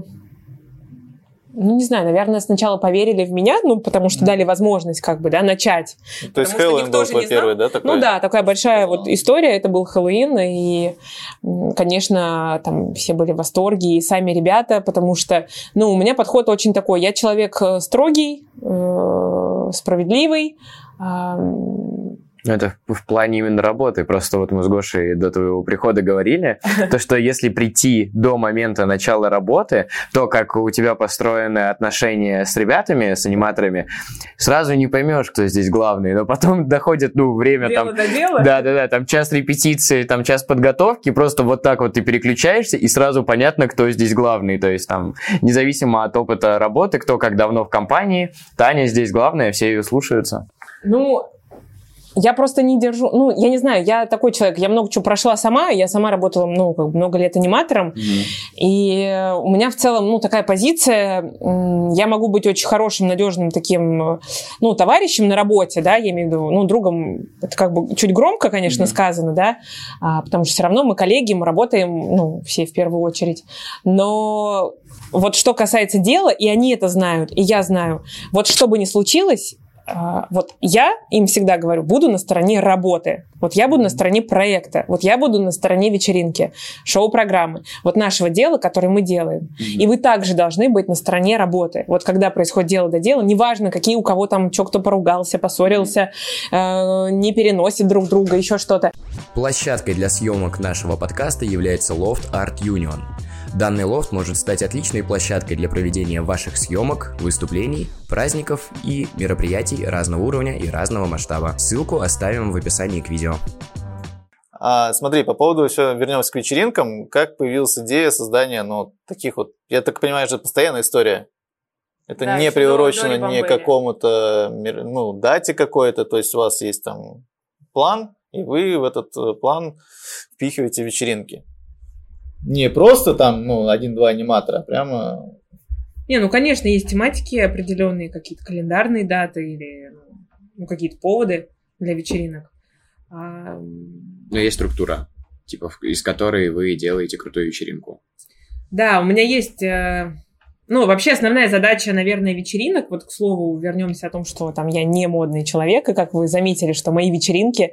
не знаю, наверное, сначала поверили в меня, потому что дали возможность начать. То есть Хэллоуин был первый, да, такой? Такая большая история, это был Хэллоуин, и, конечно, там все были в восторге, и сами ребята, потому что, у меня подход очень такой, я человек строгий, справедливый. Это в плане именно работы. Просто мы с Гошей до твоего прихода говорили, то, что если прийти до момента начала работы, то, как у тебя построены отношения с ребятами, с аниматорами, сразу не поймешь, кто здесь главный. Но потом доходит, время дело там... до дела. Да, там час репетиции, там час подготовки, просто вот так вот ты переключаешься, и сразу понятно, кто здесь главный. То есть там, независимо от опыта работы, кто как давно в компании, Таня здесь главная, все ее слушаются. Я просто не держу, я не знаю, я такой человек, я много чего прошла сама, я сама работала, много лет аниматором, и у меня в целом, такая позиция, я могу быть очень хорошим, надежным таким, товарищем на работе, да, я имею в виду, другом, это чуть громко, конечно, сказано, да, потому что все равно мы коллеги, мы работаем, все в первую очередь, но вот что касается дела, и они это знают, и я знаю, вот что бы ни случилось, вот я им всегда говорю, буду на стороне работы, вот я буду на стороне проекта, вот я буду на стороне вечеринки, шоу-программы, вот нашего дела, которое мы делаем. И вы также должны быть на стороне работы. Вот когда происходит дело до дела, неважно, какие у кого там, кто поругался, поссорился, не переносит друг друга, еще что-то. Площадкой для съемок нашего подкаста является лофт Art Union. Данный лофт может стать отличной площадкой для проведения ваших съемок, выступлений, праздников и мероприятий разного уровня и разного масштаба. Ссылку оставим в описании к видео. Смотри, по поводу еще вернемся к вечеринкам. Как появилась идея создания, таких вот, я так понимаю, это постоянная история. Это да, не приурочено ни к какому-то, дате какой-то, то есть у вас есть там план, и вы в этот план впихиваете вечеринки. Не просто там, 1-2 аниматора, а прямо Не, ну, конечно, есть тематики определенные, какие-то календарные даты или какие-то поводы для вечеринок. Но есть структура, типа, из которой вы делаете крутую вечеринку. Да, у меня есть... вообще основная задача, наверное, вечеринок, вот, к слову, вернемся о том, что там я не модный человек, и как вы заметили, что мои вечеринки,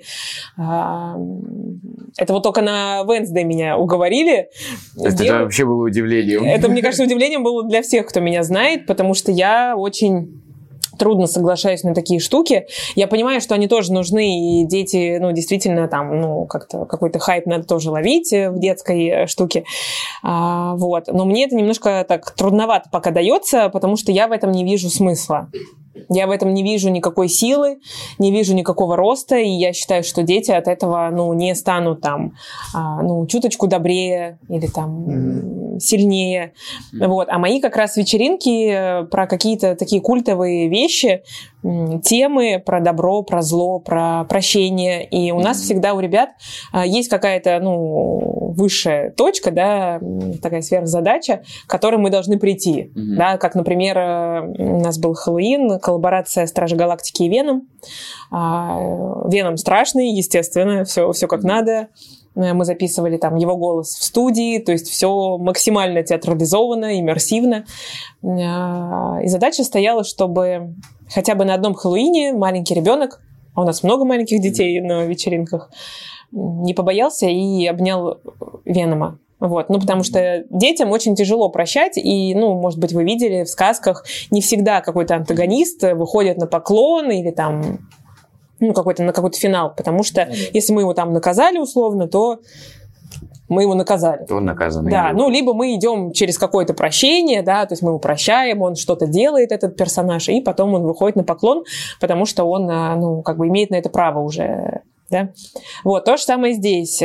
это вот только на Wednesday меня уговорили. Это вообще было удивлением. Это, мне кажется, удивлением было для всех, кто меня знает, потому что я очень... трудно соглашаюсь на такие штуки. Я понимаю, что они тоже нужны, и дети, действительно, там, как-то какой-то хайп надо тоже ловить в детской штуке. Вот. Но мне это немножко так трудновато пока дается, потому что я в этом не вижу смысла. Я в этом не вижу никакой силы, не вижу никакого роста, и я считаю, что дети от этого, не станут там, чуточку добрее или там сильнее. Вот. А мои как раз вечеринки про какие-то такие культовые вещи, темы про добро, про зло, про прощение. И у нас всегда у ребят есть какая-то, высшая точка, да, такая сверхзадача, к которой мы должны прийти. Да, как, например, у нас был Хэллоуин, коллаборация Стражи Галактики и Веном. Веном страшный, естественно, все как надо. Мы записывали там его голос в студии, то есть все максимально театрализовано, иммерсивно. И задача стояла, чтобы хотя бы на одном Хэллоуине маленький ребенок, а у нас много маленьких детей на вечеринках, не побоялся и обнял Венома. Вот. Потому что детям очень тяжело прощать, и, может быть, вы видели в сказках, не всегда какой-то антагонист выходит на поклон или там на какой-то финал, потому что если мы его там наказали условно, то мы его наказали. Он наказан. Да, либо мы идем через какое-то прощение, да, то есть мы его прощаем, он что-то делает, этот персонаж, и потом он выходит на поклон, потому что он, имеет на это право уже, да. Вот, то же самое здесь.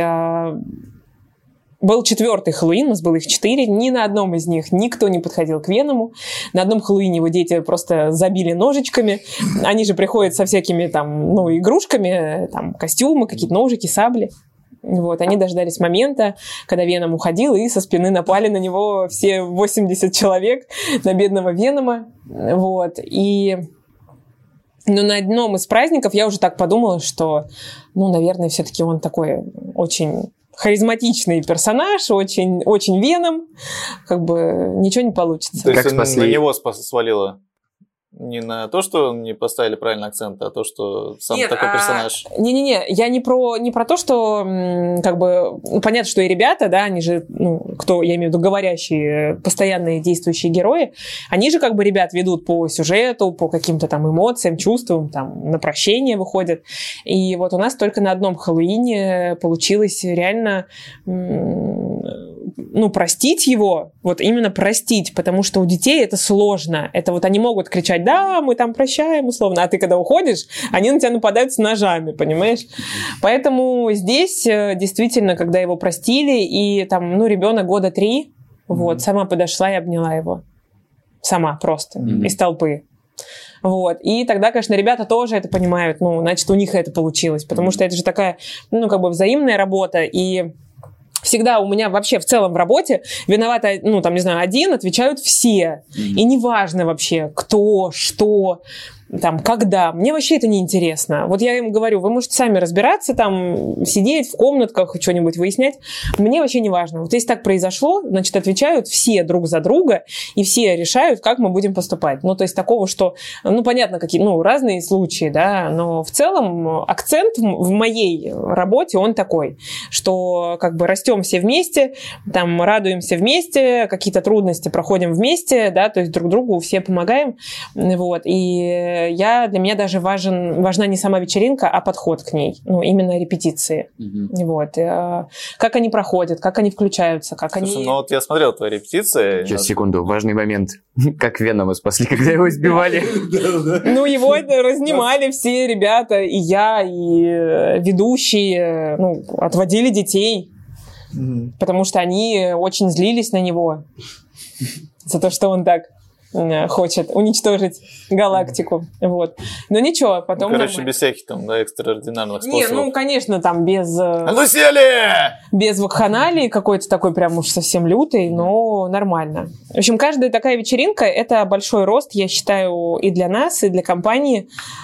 Был 4-й Хэллоуин, у нас было их 4, ни на одном из них никто не подходил к Веному. На одном Хэллоуине его дети просто забили ножичками. Они же приходят со всякими там, игрушками, там, костюмы, какие-то ножики, сабли. Вот, они дождались момента, когда Веном уходил, и со спины напали на него все 80 человек, на бедного Венома. Вот, но на одном из праздников я уже так подумала, что, наверное, все-таки он такой очень харизматичный персонаж, очень, очень Веном, ничего не получится. То есть на него свалило? Не на то, что не поставили правильный акцент, а то, что сам такой персонаж. Не-не-не, я не про то, что понятно, что и ребята, да, они же, кто, я имею в виду, говорящие, постоянные действующие герои, они же ребят ведут по сюжету, по каким-то там эмоциям, чувствам, там, на прощение выходят. И вот у нас только на одном Хэллоуине получилось реально простить его, вот именно простить, потому что у детей это сложно. Это вот они могут кричать: да, мы там прощаем, условно, а ты когда уходишь, они на тебя нападают с ножами, понимаешь? Поэтому здесь действительно, когда его простили, и там, ребенок года 3, вот, сама подошла и обняла его. Сама просто, из толпы. Вот. И тогда, конечно, ребята тоже это понимают, значит, у них это получилось, потому что это же такая, взаимная работа, и всегда у меня вообще в целом в работе виноваты, один, отвечают все. И неважно вообще, кто, что, там, когда. Мне вообще это не интересно. Вот я им говорю, вы можете сами разбираться, там, сидеть в комнатках, что-нибудь выяснять. Мне вообще не важно. Вот если так произошло, значит, отвечают все друг за друга, и все решают, как мы будем поступать. То есть такого, что, понятно, какие, разные случаи, да, но в целом акцент в моей работе, он такой, что, растем все вместе, там, радуемся вместе, какие-то трудности проходим вместе, да, то есть друг другу все помогаем, вот, и для меня даже важна не сама вечеринка, а подход к ней, именно репетиции. Вот. Как они проходят, как они включаются, как они... Слушай, вот я смотрел твои репетиции. Сейчас, секунду, важный момент. Как Венома спасли, когда его избивали. Его разнимали все ребята, и я, и ведущие, отводили детей, потому что они очень злились на него за то, что он так хочет уничтожить галактику. Вот. Но ничего, потом... Без всяких там, экстраординарных способов. Не, конечно, там без... Ну сели! Без вакханалии какой-то такой прям уж совсем лютый, но нормально. В общем, каждая такая вечеринка — это большой рост, я считаю, и для нас, и для компании,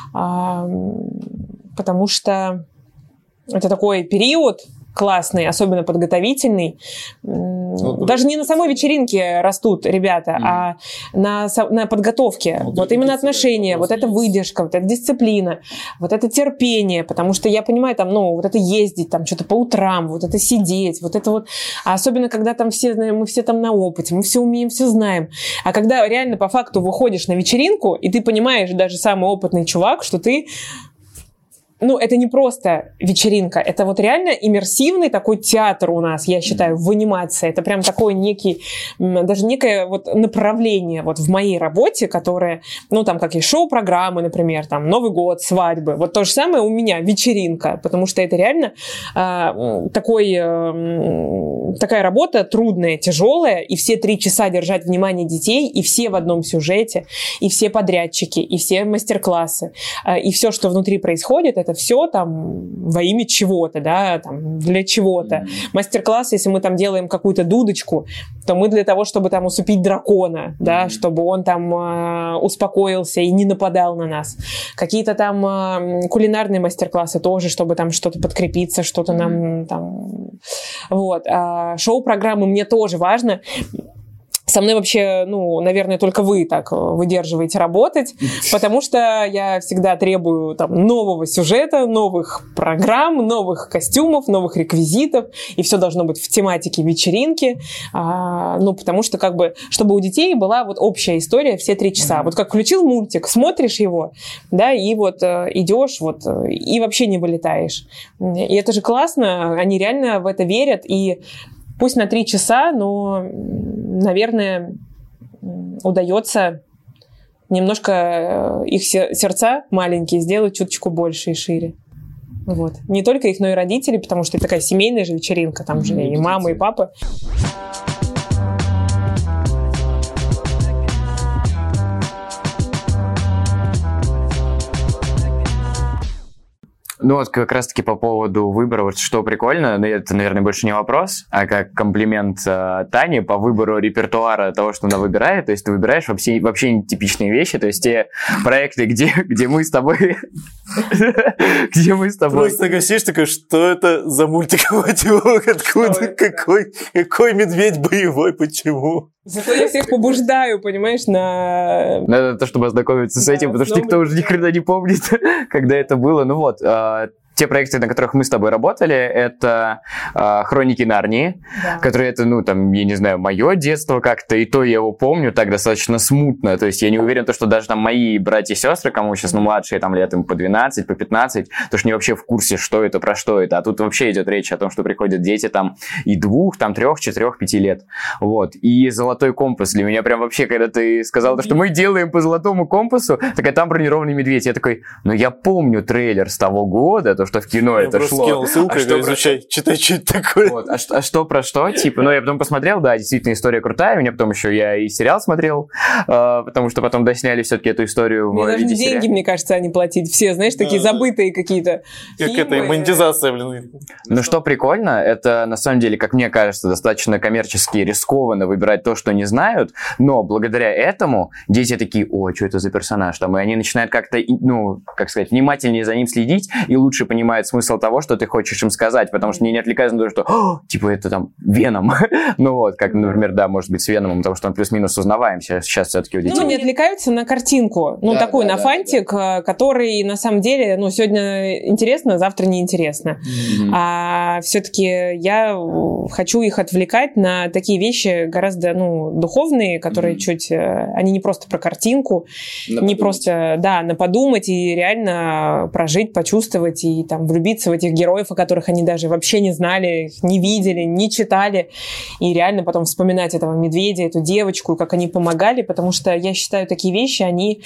потому что это такой период классный, особенно подготовительный. Даже не на самой вечеринке растут ребята, а на подготовке. Вот именно отношения, вот эта выдержка, вот эта дисциплина, вот это терпение, потому что я понимаю, там, вот это ездить, там, что-то по утрам, вот это сидеть, вот это вот. А особенно, когда там мы все там на опыте, мы все умеем, все знаем. А когда реально по факту выходишь на вечеринку, и ты понимаешь, даже самый опытный чувак, что ты... это не просто вечеринка, это вот реально иммерсивный такой театр у нас, я считаю, в анимации. Это прям такой даже некое вот направление вот в моей работе, которое, там как и шоу-программы, например, там Новый год, свадьбы. Вот то же самое у меня, вечеринка, потому что это реально такая работа трудная, тяжелая, и все 3 часа держать внимание детей, и все в одном сюжете, и все подрядчики, и все мастер-классы, и все, что внутри происходит, это все там во имя чего-то, да, там для чего-то. Мастер-класс, если мы там делаем какую-то дудочку, то мы для того, чтобы там усыпить дракона, да, чтобы он там успокоился и не нападал на нас. Какие-то там кулинарные мастер-классы тоже, чтобы там что-то подкрепиться, что-то нам там... Вот. Шоу-программы мне тоже важно. Со мной вообще, наверное, только вы так выдерживаете работать, потому что я всегда требую там нового сюжета, новых программ, новых костюмов, новых реквизитов, и все должно быть в тематике вечеринки, потому что чтобы у детей была вот общая история все 3 часа. Вот как включил мультик, смотришь его, да, и вот идешь, вот, и вообще не вылетаешь. И это же классно, они реально в это верят, и пусть на 3 часа, но, наверное, удается немножко их сердца маленькие сделать чуточку больше и шире. Вот. Не только их, но и родители, потому что это такая семейная же вечеринка, там же и мама, и папа. Вот как раз-таки по поводу выбора, вот что прикольно, это, наверное, больше не вопрос, а как комплимент Тане по выбору репертуара того, что она выбирает. То есть ты выбираешь вообще нетипичные вещи, то есть те проекты, где мы с тобой... Просто гасишь такой, что это за мультик, откуда, какой медведь боевой, почему? Зато я всех побуждаю, понимаешь, на то, чтобы ознакомиться с этим, потому что никто уже ни хрена не помнит, когда это было. Те проекты, на которых мы с тобой работали, это «Хроники Нарнии», которые это, я не знаю, мое детство как-то, и то я его помню так достаточно смутно, то есть я не уверен, что даже там мои братья и сестры, кому сейчас младшие, там лет им по 12, по 15, то что они вообще в курсе, что это, про что это, а тут вообще идет речь о том, что приходят дети там и 2, там 3, 4, 5 лет, вот, и «Золотой компас» для меня прям вообще, когда ты сказал, что мы делаем по «Золотому компасу», так там бронированный медведь, я такой, я помню трейлер с того года, то, что в кино это шло. Скинул ссылку, изучай, читай, что это такое. Вот. А что про что? Я потом посмотрел, да, действительно, история крутая. У меня потом еще я и сериал смотрел, потому что потом досняли все-таки эту историю в виде сериала. Деньги, мне кажется, они платить все, знаешь, такие забытые какие-то фильмы. Как это, монетизация, блин. Что прикольно, это, на самом деле, как мне кажется, достаточно коммерчески рискованно выбирать то, что не знают, но благодаря этому дети такие, что это за персонаж там, и они начинают как-то, внимательнее за ним следить и лучше понимают смысл того, что ты хочешь им сказать, потому что не отвлекаются на то, что, это там Веном. Как, например, да, может быть, с Веномом, потому что он плюс-минус узнаваем сейчас все-таки у детей. Не отвлекаются на картинку, на фантик, который, на самом деле, сегодня интересно, завтра неинтересно. А все-таки я хочу их отвлекать на такие вещи гораздо, духовные, которые они не просто про картинку, не просто, на подумать и реально прожить, почувствовать и там влюбиться в этих героев, о которых они даже вообще не знали, их не видели, не читали, и реально потом вспоминать этого медведя, эту девочку, как они помогали, потому что я считаю, такие вещи, они,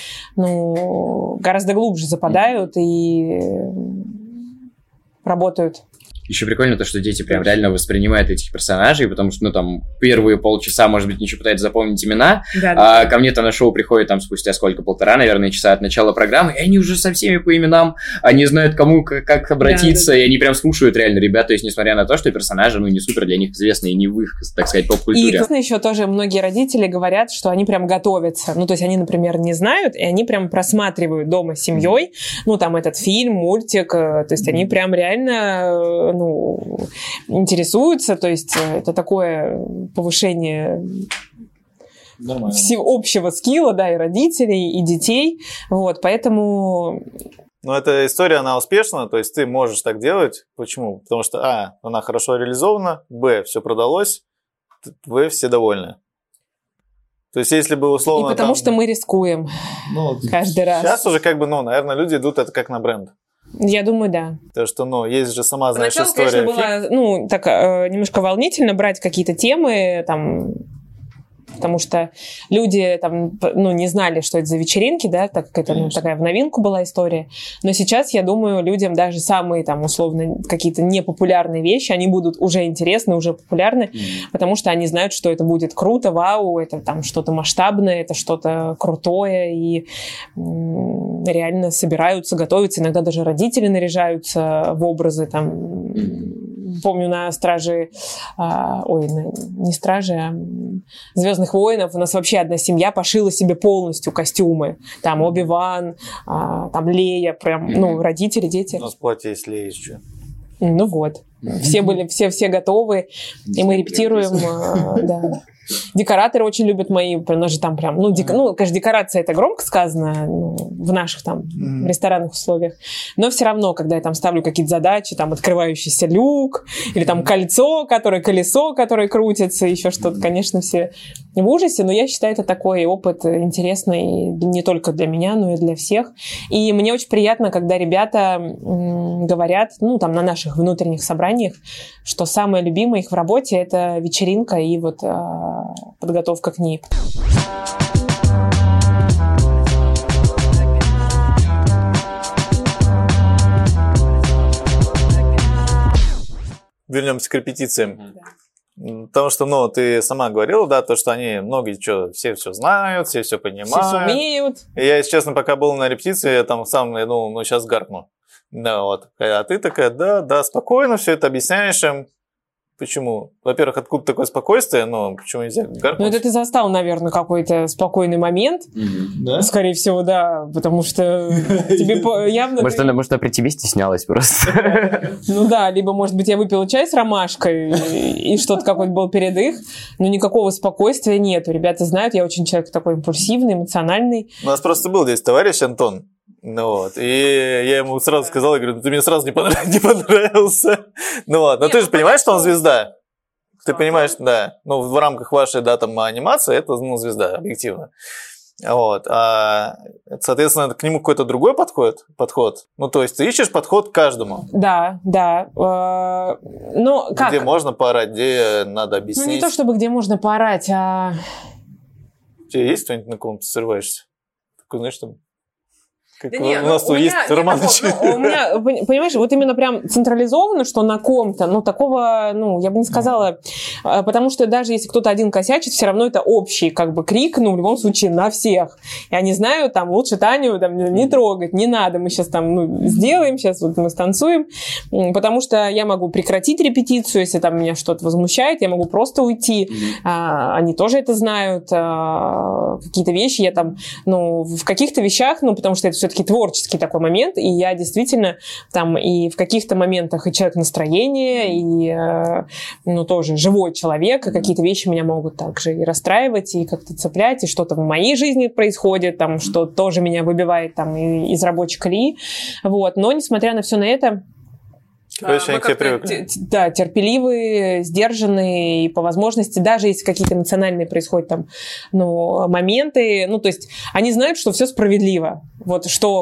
гораздо глубже западают и работают. Еще прикольно то, что дети прям реально воспринимают этих персонажей, потому что, ну, там, первые полчаса, может быть, ничего пытаются запомнить имена, а ко мне там на шоу приходят там спустя сколько, 1,5, наверное, часа от начала программы, и они уже со всеми по именам, они знают, кому как обратиться, и они прям слушают реально ребят, то есть, несмотря на то, что персонажи, ну, не супер для них известные, не в их, так сказать, поп-культуре. И, конечно, еще тоже многие родители говорят, что они прям готовятся, ну, то есть, они, например, не знают, и они прям просматривают дома с семьей, ну, там, этот фильм, мультик, то есть, они прям реально, ну, интересуются, то есть, это такое повышение общего скилла, да, и родителей, и детей, вот, поэтому... Но эта история, она успешна, то есть ты можешь так делать. Почему? Потому что, она хорошо реализована, б, все продалось, в, все довольны. То есть если бы условно... И потому что мы рискуем каждый раз. Сейчас уже как бы, наверное, люди идут это как на бренд. Я думаю, да. Потому что, есть же сама, знаешь, поначалу, история. Конечно, было, так немножко волнительно брать какие-то темы, там, потому что люди там, не знали, что это за вечеринки, да, так как это такая в новинку была история. Но сейчас, я думаю, людям даже самые там условно какие-то непопулярные вещи, они будут уже интересны, уже популярны, потому что они знают, что это будет круто, вау, это там что-то масштабное, это что-то крутое, и реально собираются, готовятся, иногда даже родители наряжаются в образы там. Помню, на «Страже», не «Страже», а «Звездных воинов» у нас вообще одна семья пошила себе полностью костюмы. Там Оби-Ван, там Лея, прям, родители, дети. У нас в платье есть Лея еще. Ну вот. Все были, все готовы, и мы репетируем, да. Декораторы очень любят мои, у нас же там прям, конечно, декорация это громко сказано в наших там ресторанных условиях, но все равно, когда я там ставлю какие-то задачи, там открывающийся люк, или там колесо, которое крутится, еще что-то, конечно, все в ужасе, но я считаю, это такой опыт интересный не только для меня, но и для всех. И мне очень приятно, когда ребята говорят, там на наших внутренних собраниях, что самое любимое их в работе — это вечеринка и вот подготовка к ней. Вернемся к репетициям. Потому что, ты сама говорила, да, то, что они многие все знают, все понимают. Все умеют. И я, если честно, пока был на репетиции, я там сам, думал, сейчас гаркну. Да, вот. А ты такая, да, спокойно все это объясняешь им. Почему? Во-первых, откуда такое спокойствие, но почему нельзя гаркнуть? Это ты застал, наверное, какой-то спокойный момент. Да? Скорее всего, да, потому что тебе явно... Может, она при тебе стеснялась просто. Либо, может быть, я выпила чай с ромашкой, и что-то какое-то было перед их, но никакого спокойствия нету. Ребята знают, я очень человек такой импульсивный, эмоциональный. У нас просто был здесь товарищ Антон. И я ему сразу сказал, я говорю, ты мне сразу не понравился. Но ты же понимаешь, что он звезда? Ты понимаешь, да. В рамках вашей, там, анимации это, звезда, объективно. Соответственно, к нему какой-то другой подход. То есть ты ищешь подход к каждому. Да. Как? Где можно поорать, где надо объяснить. Не то, чтобы где можно поорать, а... У тебя есть кто-нибудь, на ком ты срываешься? Такой, знаешь, там... Как да нет, у нас тут есть романовичи. У меня, понимаешь, вот именно прям централизовано, что на ком-то, такого, я бы не сказала, потому что даже если кто-то один косячит, все равно это общий, крик, в любом случае, на всех. Я не знаю, лучше Таню не трогать, не надо, мы сейчас сделаем, сейчас вот мы станцуем, потому что я могу прекратить репетицию, если меня что-то возмущает, я могу просто уйти. Они тоже это знают, какие-то вещи я в каких-то вещах, потому что это все-таки творческий такой момент, и я действительно и в каких-то моментах и человек настроения, и тоже живой человек, и какие-то вещи меня могут также и расстраивать, и как-то цеплять, и что-то в моей жизни происходит, что тоже меня выбивает из рабочей колеи. Но несмотря на все на это, терпеливые, сдержанные, и по возможности, даже если какие-то эмоциональные происходят моменты, то есть они знают, что все справедливо. Вот что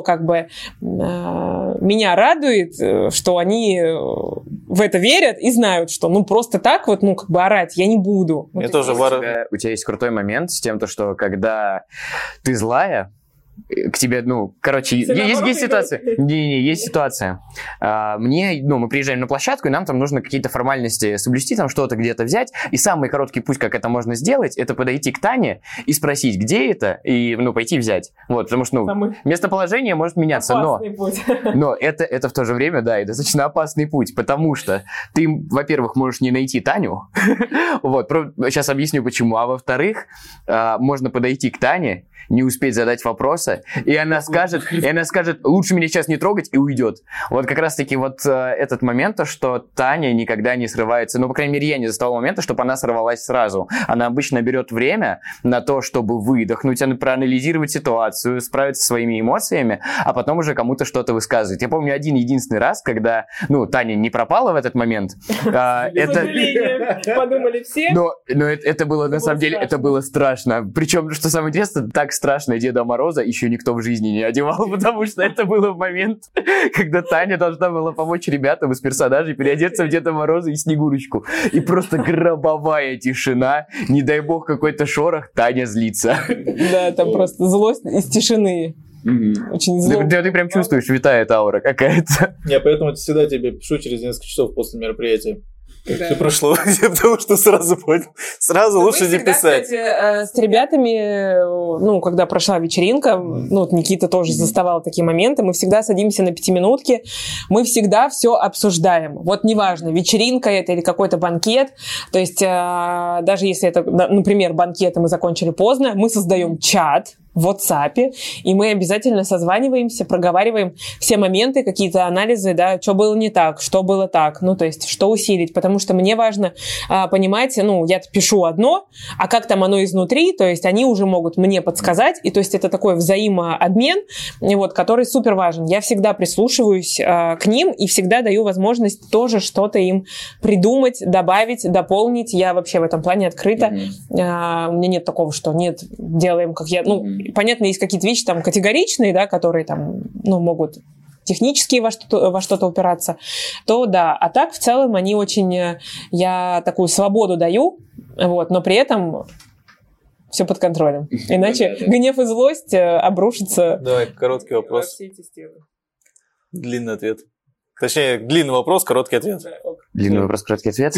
меня радует, что они в это верят и знают, что просто так орать я не буду. У тебя есть крутой момент с тем, что когда ты злая, к тебе, есть ситуация. Есть ситуация. Мы приезжаем на площадку, и нам там нужно какие-то формальности соблюсти, там что-то где-то взять. И самый короткий путь, как это можно сделать, это подойти к Тане и спросить, где это, и, пойти взять. Вот, потому что, местоположение может меняться. Но это в то же время, да, и достаточно опасный путь, потому что ты, во-первых, можешь не найти Таню. Вот, сейчас объясню, почему. А во-вторых, можно подойти к Тане, не успеть задать вопроса, и она скажет, лучше меня сейчас не трогать, и уйдет. Вот как раз-таки этот момент, что Таня никогда не срывается, по крайней мере, я не застал момента, чтобы она сорвалась сразу. Она обычно берет время на то, чтобы выдохнуть, проанализировать ситуацию, справиться со своими эмоциями, а потом уже кому-то что-то высказывать. Я помню один-единственный раз, когда, Таня не пропала в этот момент. Подумали все. Но это было, на самом деле, это было страшно. Причем, что самое интересное, так страшно Деда Мороза еще никто в жизни не одевал, потому что это было в момент, когда Таня должна была помочь ребятам из персонажей переодеться в Деда Мороза и Снегурочку. И просто гробовая тишина, не дай бог какой-то шорох, Таня злится. Да, там просто злость из тишины. Очень зло. Да, ты прям чувствуешь, витает аура какая-то. Я поэтому всегда тебе пишу через несколько часов после мероприятия. Все прошло, потому что сразу понял. Сразу лучше не писать. Кстати, с ребятами, когда прошла вечеринка, Никита тоже заставал такие моменты, мы всегда садимся на 5-минутки, мы всегда все обсуждаем. Вот неважно, вечеринка это или какой-то банкет, то есть даже если это, например, банкет, и мы закончили поздно, мы создаем чат в WhatsApp, и мы обязательно созваниваемся, проговариваем все моменты, какие-то анализы, да, что было не так, что было так, то есть что усилить, потому что мне важно понимать, я пишу одно, а как там оно изнутри, то есть они уже могут мне подсказать, и то есть это такой взаимообмен, который супер важен. Я всегда прислушиваюсь к ним и всегда даю возможность тоже что-то им придумать, добавить, дополнить. Я вообще в этом плане открыта. У меня нет такого, что нет, делаем как я, понятно, есть какие-то вещи там категоричные, да, которые там, могут технически во что-то упираться, то да. А так, в целом, они очень... Я такую свободу даю, но при этом все под контролем. Иначе гнев и злость обрушатся. Давай, короткий вопрос. Длинный ответ. Точнее, длинный вопрос, короткий ответ. Длинный вопрос, короткий ответ.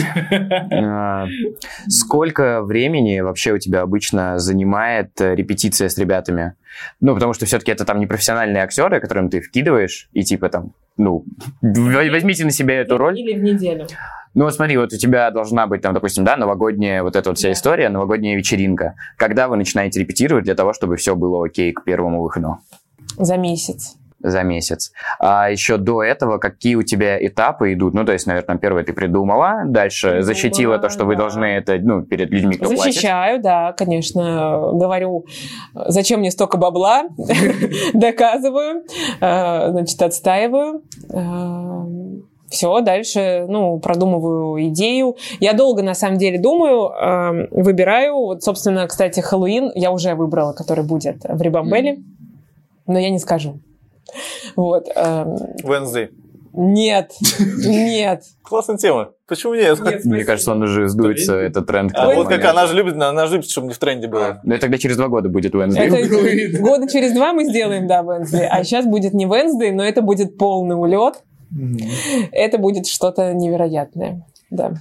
Сколько времени вообще у тебя обычно занимает репетиция с ребятами? Потому что все-таки это там не профессиональные актеры, которым ты вкидываешь, и возьмите на себя эту роль. Или в неделю. Смотри, у тебя должна быть там, допустим, новогодняя вся история, новогодняя вечеринка. Когда вы начинаете репетировать для того, чтобы все было окей к первому выходу? За месяц. За месяц. А еще до этого какие у тебя этапы идут? То есть, наверное, первое ты придумала, дальше защитила то, что вы должны это, перед людьми, кто платит. Защищаю, да, конечно. Говорю, зачем мне столько бабла? Доказываю, отстаиваю. Все, дальше, продумываю идею. Я долго, на самом деле, думаю, выбираю. Собственно, кстати, Хэллоуин я уже выбрала, который будет в Рибамбеле, но я не скажу. Wednesday. Нет. Классная тема. Почему нет? Мне кажется, он уже сдуется, этот тренд. Как она же любит, чтобы не в тренде было. И тогда через 2 года будет Wednesday. Это года через 2 мы сделаем, да, Wednesday. А сейчас будет не Wednesday, но это будет полный улет. Это будет что-то невероятное. Да.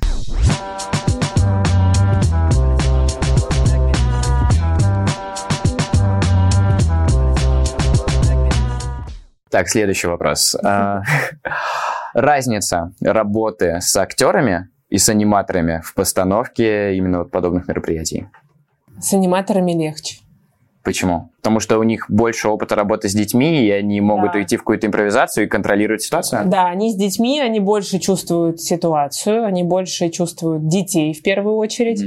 Так, следующий вопрос. Разница работы с актерами и с аниматорами в постановке именно подобных мероприятий? С аниматорами легче. Почему? Потому что у них больше опыта работы с детьми, и они могут уйти в какую-то импровизацию и контролировать ситуацию? Да, они с детьми, они больше чувствуют ситуацию, они больше чувствуют детей в первую очередь.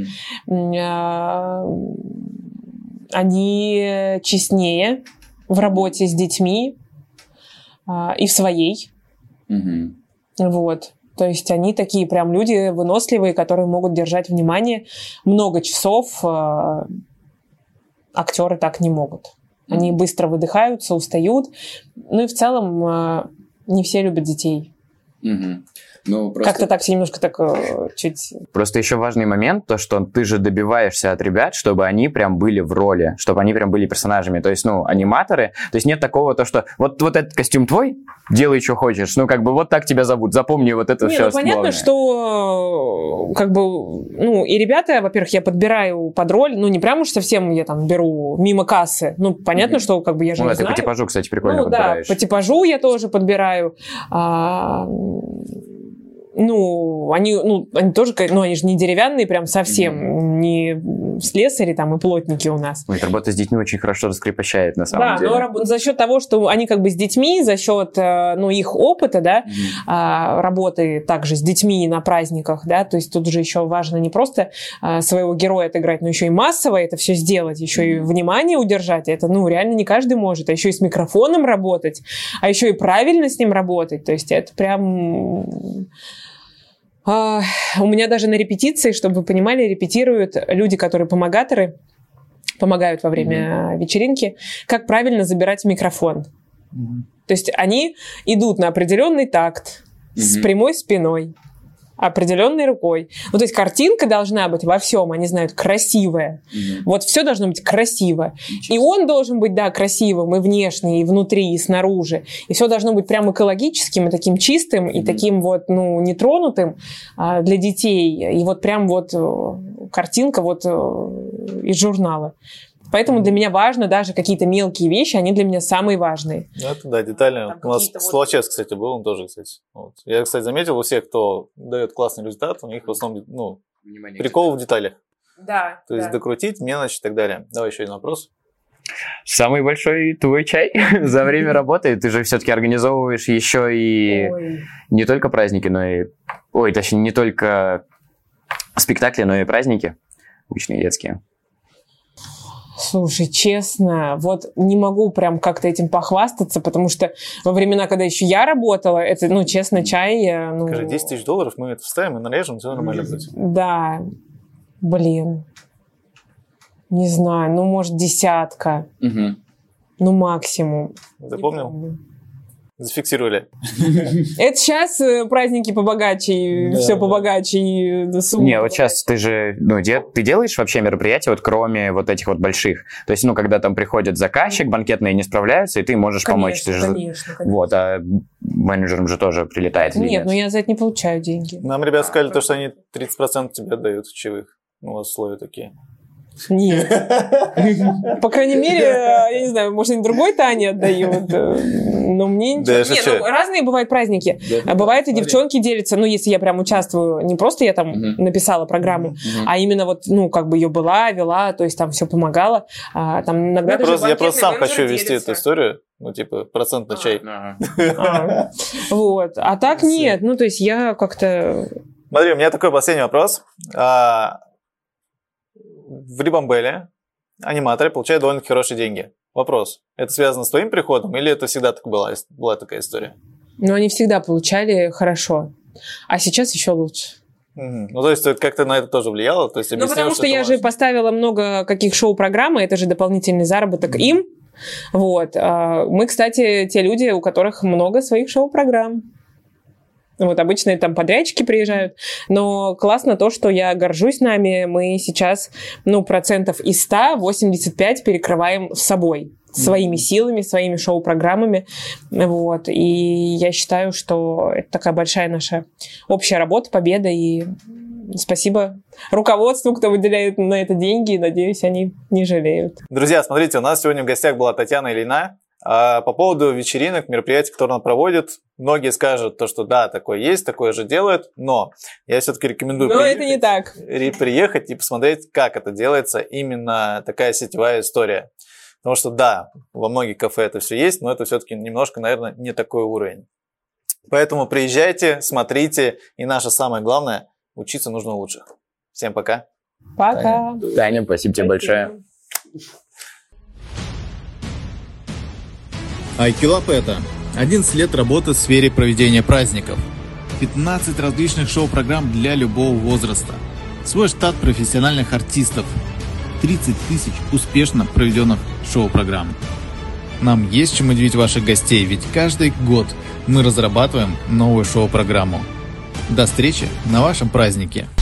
Они честнее в работе с детьми и в своей. То есть они такие прям люди выносливые, которые могут держать внимание много часов. Актеры так не могут. Они быстро выдыхаются, устают. И в целом не все любят детей. Ну, просто... Как-то так все немножко так чуть... Просто еще важный момент, то, что ты же добиваешься от ребят, чтобы они прям были в роли, чтобы они прям были персонажами. То есть, аниматоры, то есть нет такого, то, что вот этот костюм твой, делай, что хочешь. Вот так тебя зовут, запомни вот это все. Понятно, главное. Что и ребята, во-первых, я подбираю под роль, не прям уж совсем я там беру мимо кассы. Понятно, что я же не знаю. Ты по типажу, кстати, прикольно подбираешь. Да, по типажу я тоже подбираю. Они тоже, они же не деревянные прям совсем, не слесари там и плотники у нас. Работа с детьми очень хорошо раскрепощает, на самом деле. Да, но за счет того, что они с детьми, за счет, их опыта, да, работы также с детьми на праздниках, да, то есть тут же еще важно не просто своего героя отыграть, но еще и массово это все сделать, еще и внимание удержать, это, реально не каждый может, а еще и с микрофоном работать, а еще и правильно с ним работать, то есть это прям... У меня даже на репетиции, чтобы вы понимали, репетируют люди, которые помогают во время вечеринки, как правильно забирать микрофон. То есть они идут на определенный такт с прямой спиной, определенной рукой. То есть картинка должна быть во всем, они знают, красивая. Вот все должно быть красиво. И он должен быть, красивым и внешне, и внутри, и снаружи. И все должно быть прям экологическим, и таким чистым, и таким нетронутым для детей. И прям картинка из журнала. Поэтому для меня важно даже какие-то мелкие вещи, они для меня самые важные. Это да, детально. У нас Словачевск, кстати, был, он тоже, кстати. Я, кстати, заметил, у всех, кто дает классный результат, у них в основном прикол в деталях. Да. То есть докрутить, мелочь и так далее. Давай еще один вопрос. Самый большой твой чай за время работы. Ты же все-таки организовываешь еще и не только праздники, но и... точнее, не только спектакли, но и праздники учебные, детские. Слушай, честно, не могу прям как-то этим похвастаться, потому что во времена, когда еще я работала, это, честно, чай... Скажи, $10 000, мы это вставим и нарежем, все нормально будет. Да, не знаю, может, 10. Максимум. Запомнил? Зафиксировали. Это сейчас праздники побогаче, все побогаче. Не, сейчас ты же, ты делаешь вообще мероприятия, кроме этих больших? То есть, когда там приходит заказчик, банкетные не справляются, и ты можешь помочь. Конечно. А менеджерам же тоже прилетает. Нет, я за это не получаю деньги. Нам ребята сказали, что они 30% тебе отдают в чаевых. У вас условия такие. Нет. По крайней мере, я не знаю, может, они другой Тане отдают, но мне ничего. Нет, разные бывают праздники. Бывает, и девчонки делятся, если я прям участвую, не просто я там написала программу, а именно ее была, вела, то есть там все помогала. Там иногда я просто сам хочу вести эту историю, процент на чай. А так нет, то есть я как-то... Смотри, у меня такой последний вопрос. В Рибамбеле аниматоры получают довольно хорошие деньги. Вопрос, это связано с твоим приходом или это всегда так была такая история? Они всегда получали хорошо, а сейчас еще лучше. То есть как-то на это тоже влияло? То есть, потому что я же поставила много каких шоу-программ, это же дополнительный заработок им. Мы, кстати, те люди, у которых много своих шоу-программ. Обычно там подрядчики приезжают, но классно то, что я горжусь нами, мы сейчас, процентов из 100, 85 перекрываем собой, своими силами, своими шоу-программами, и я считаю, что это такая большая наша общая работа, победа, и спасибо руководству, кто выделяет на это деньги, и, надеюсь, они не жалеют. Друзья, смотрите, у нас сегодня в гостях была Татьяна Ильина. А по поводу вечеринок, мероприятий, которые она проводит, многие скажут, что да, такое есть, такое же делают, но я все-таки рекомендую это не так. Приехать и посмотреть, как это делается, именно такая сетевая история. Потому что да, во многих кафе это все есть, но это все-таки немножко, наверное, не такой уровень. Поэтому приезжайте, смотрите, и наше самое главное, учиться нужно у лучших. Всем пока. Пока. Таня, спасибо тебе большое. Айкилап это 11 лет работы в сфере проведения праздников, 15 различных шоу-программ для любого возраста, свой штат профессиональных артистов, 30 тысяч успешно проведенных шоу-программ. Нам есть чем удивить ваших гостей, ведь каждый год мы разрабатываем новую шоу-программу. До встречи на вашем празднике!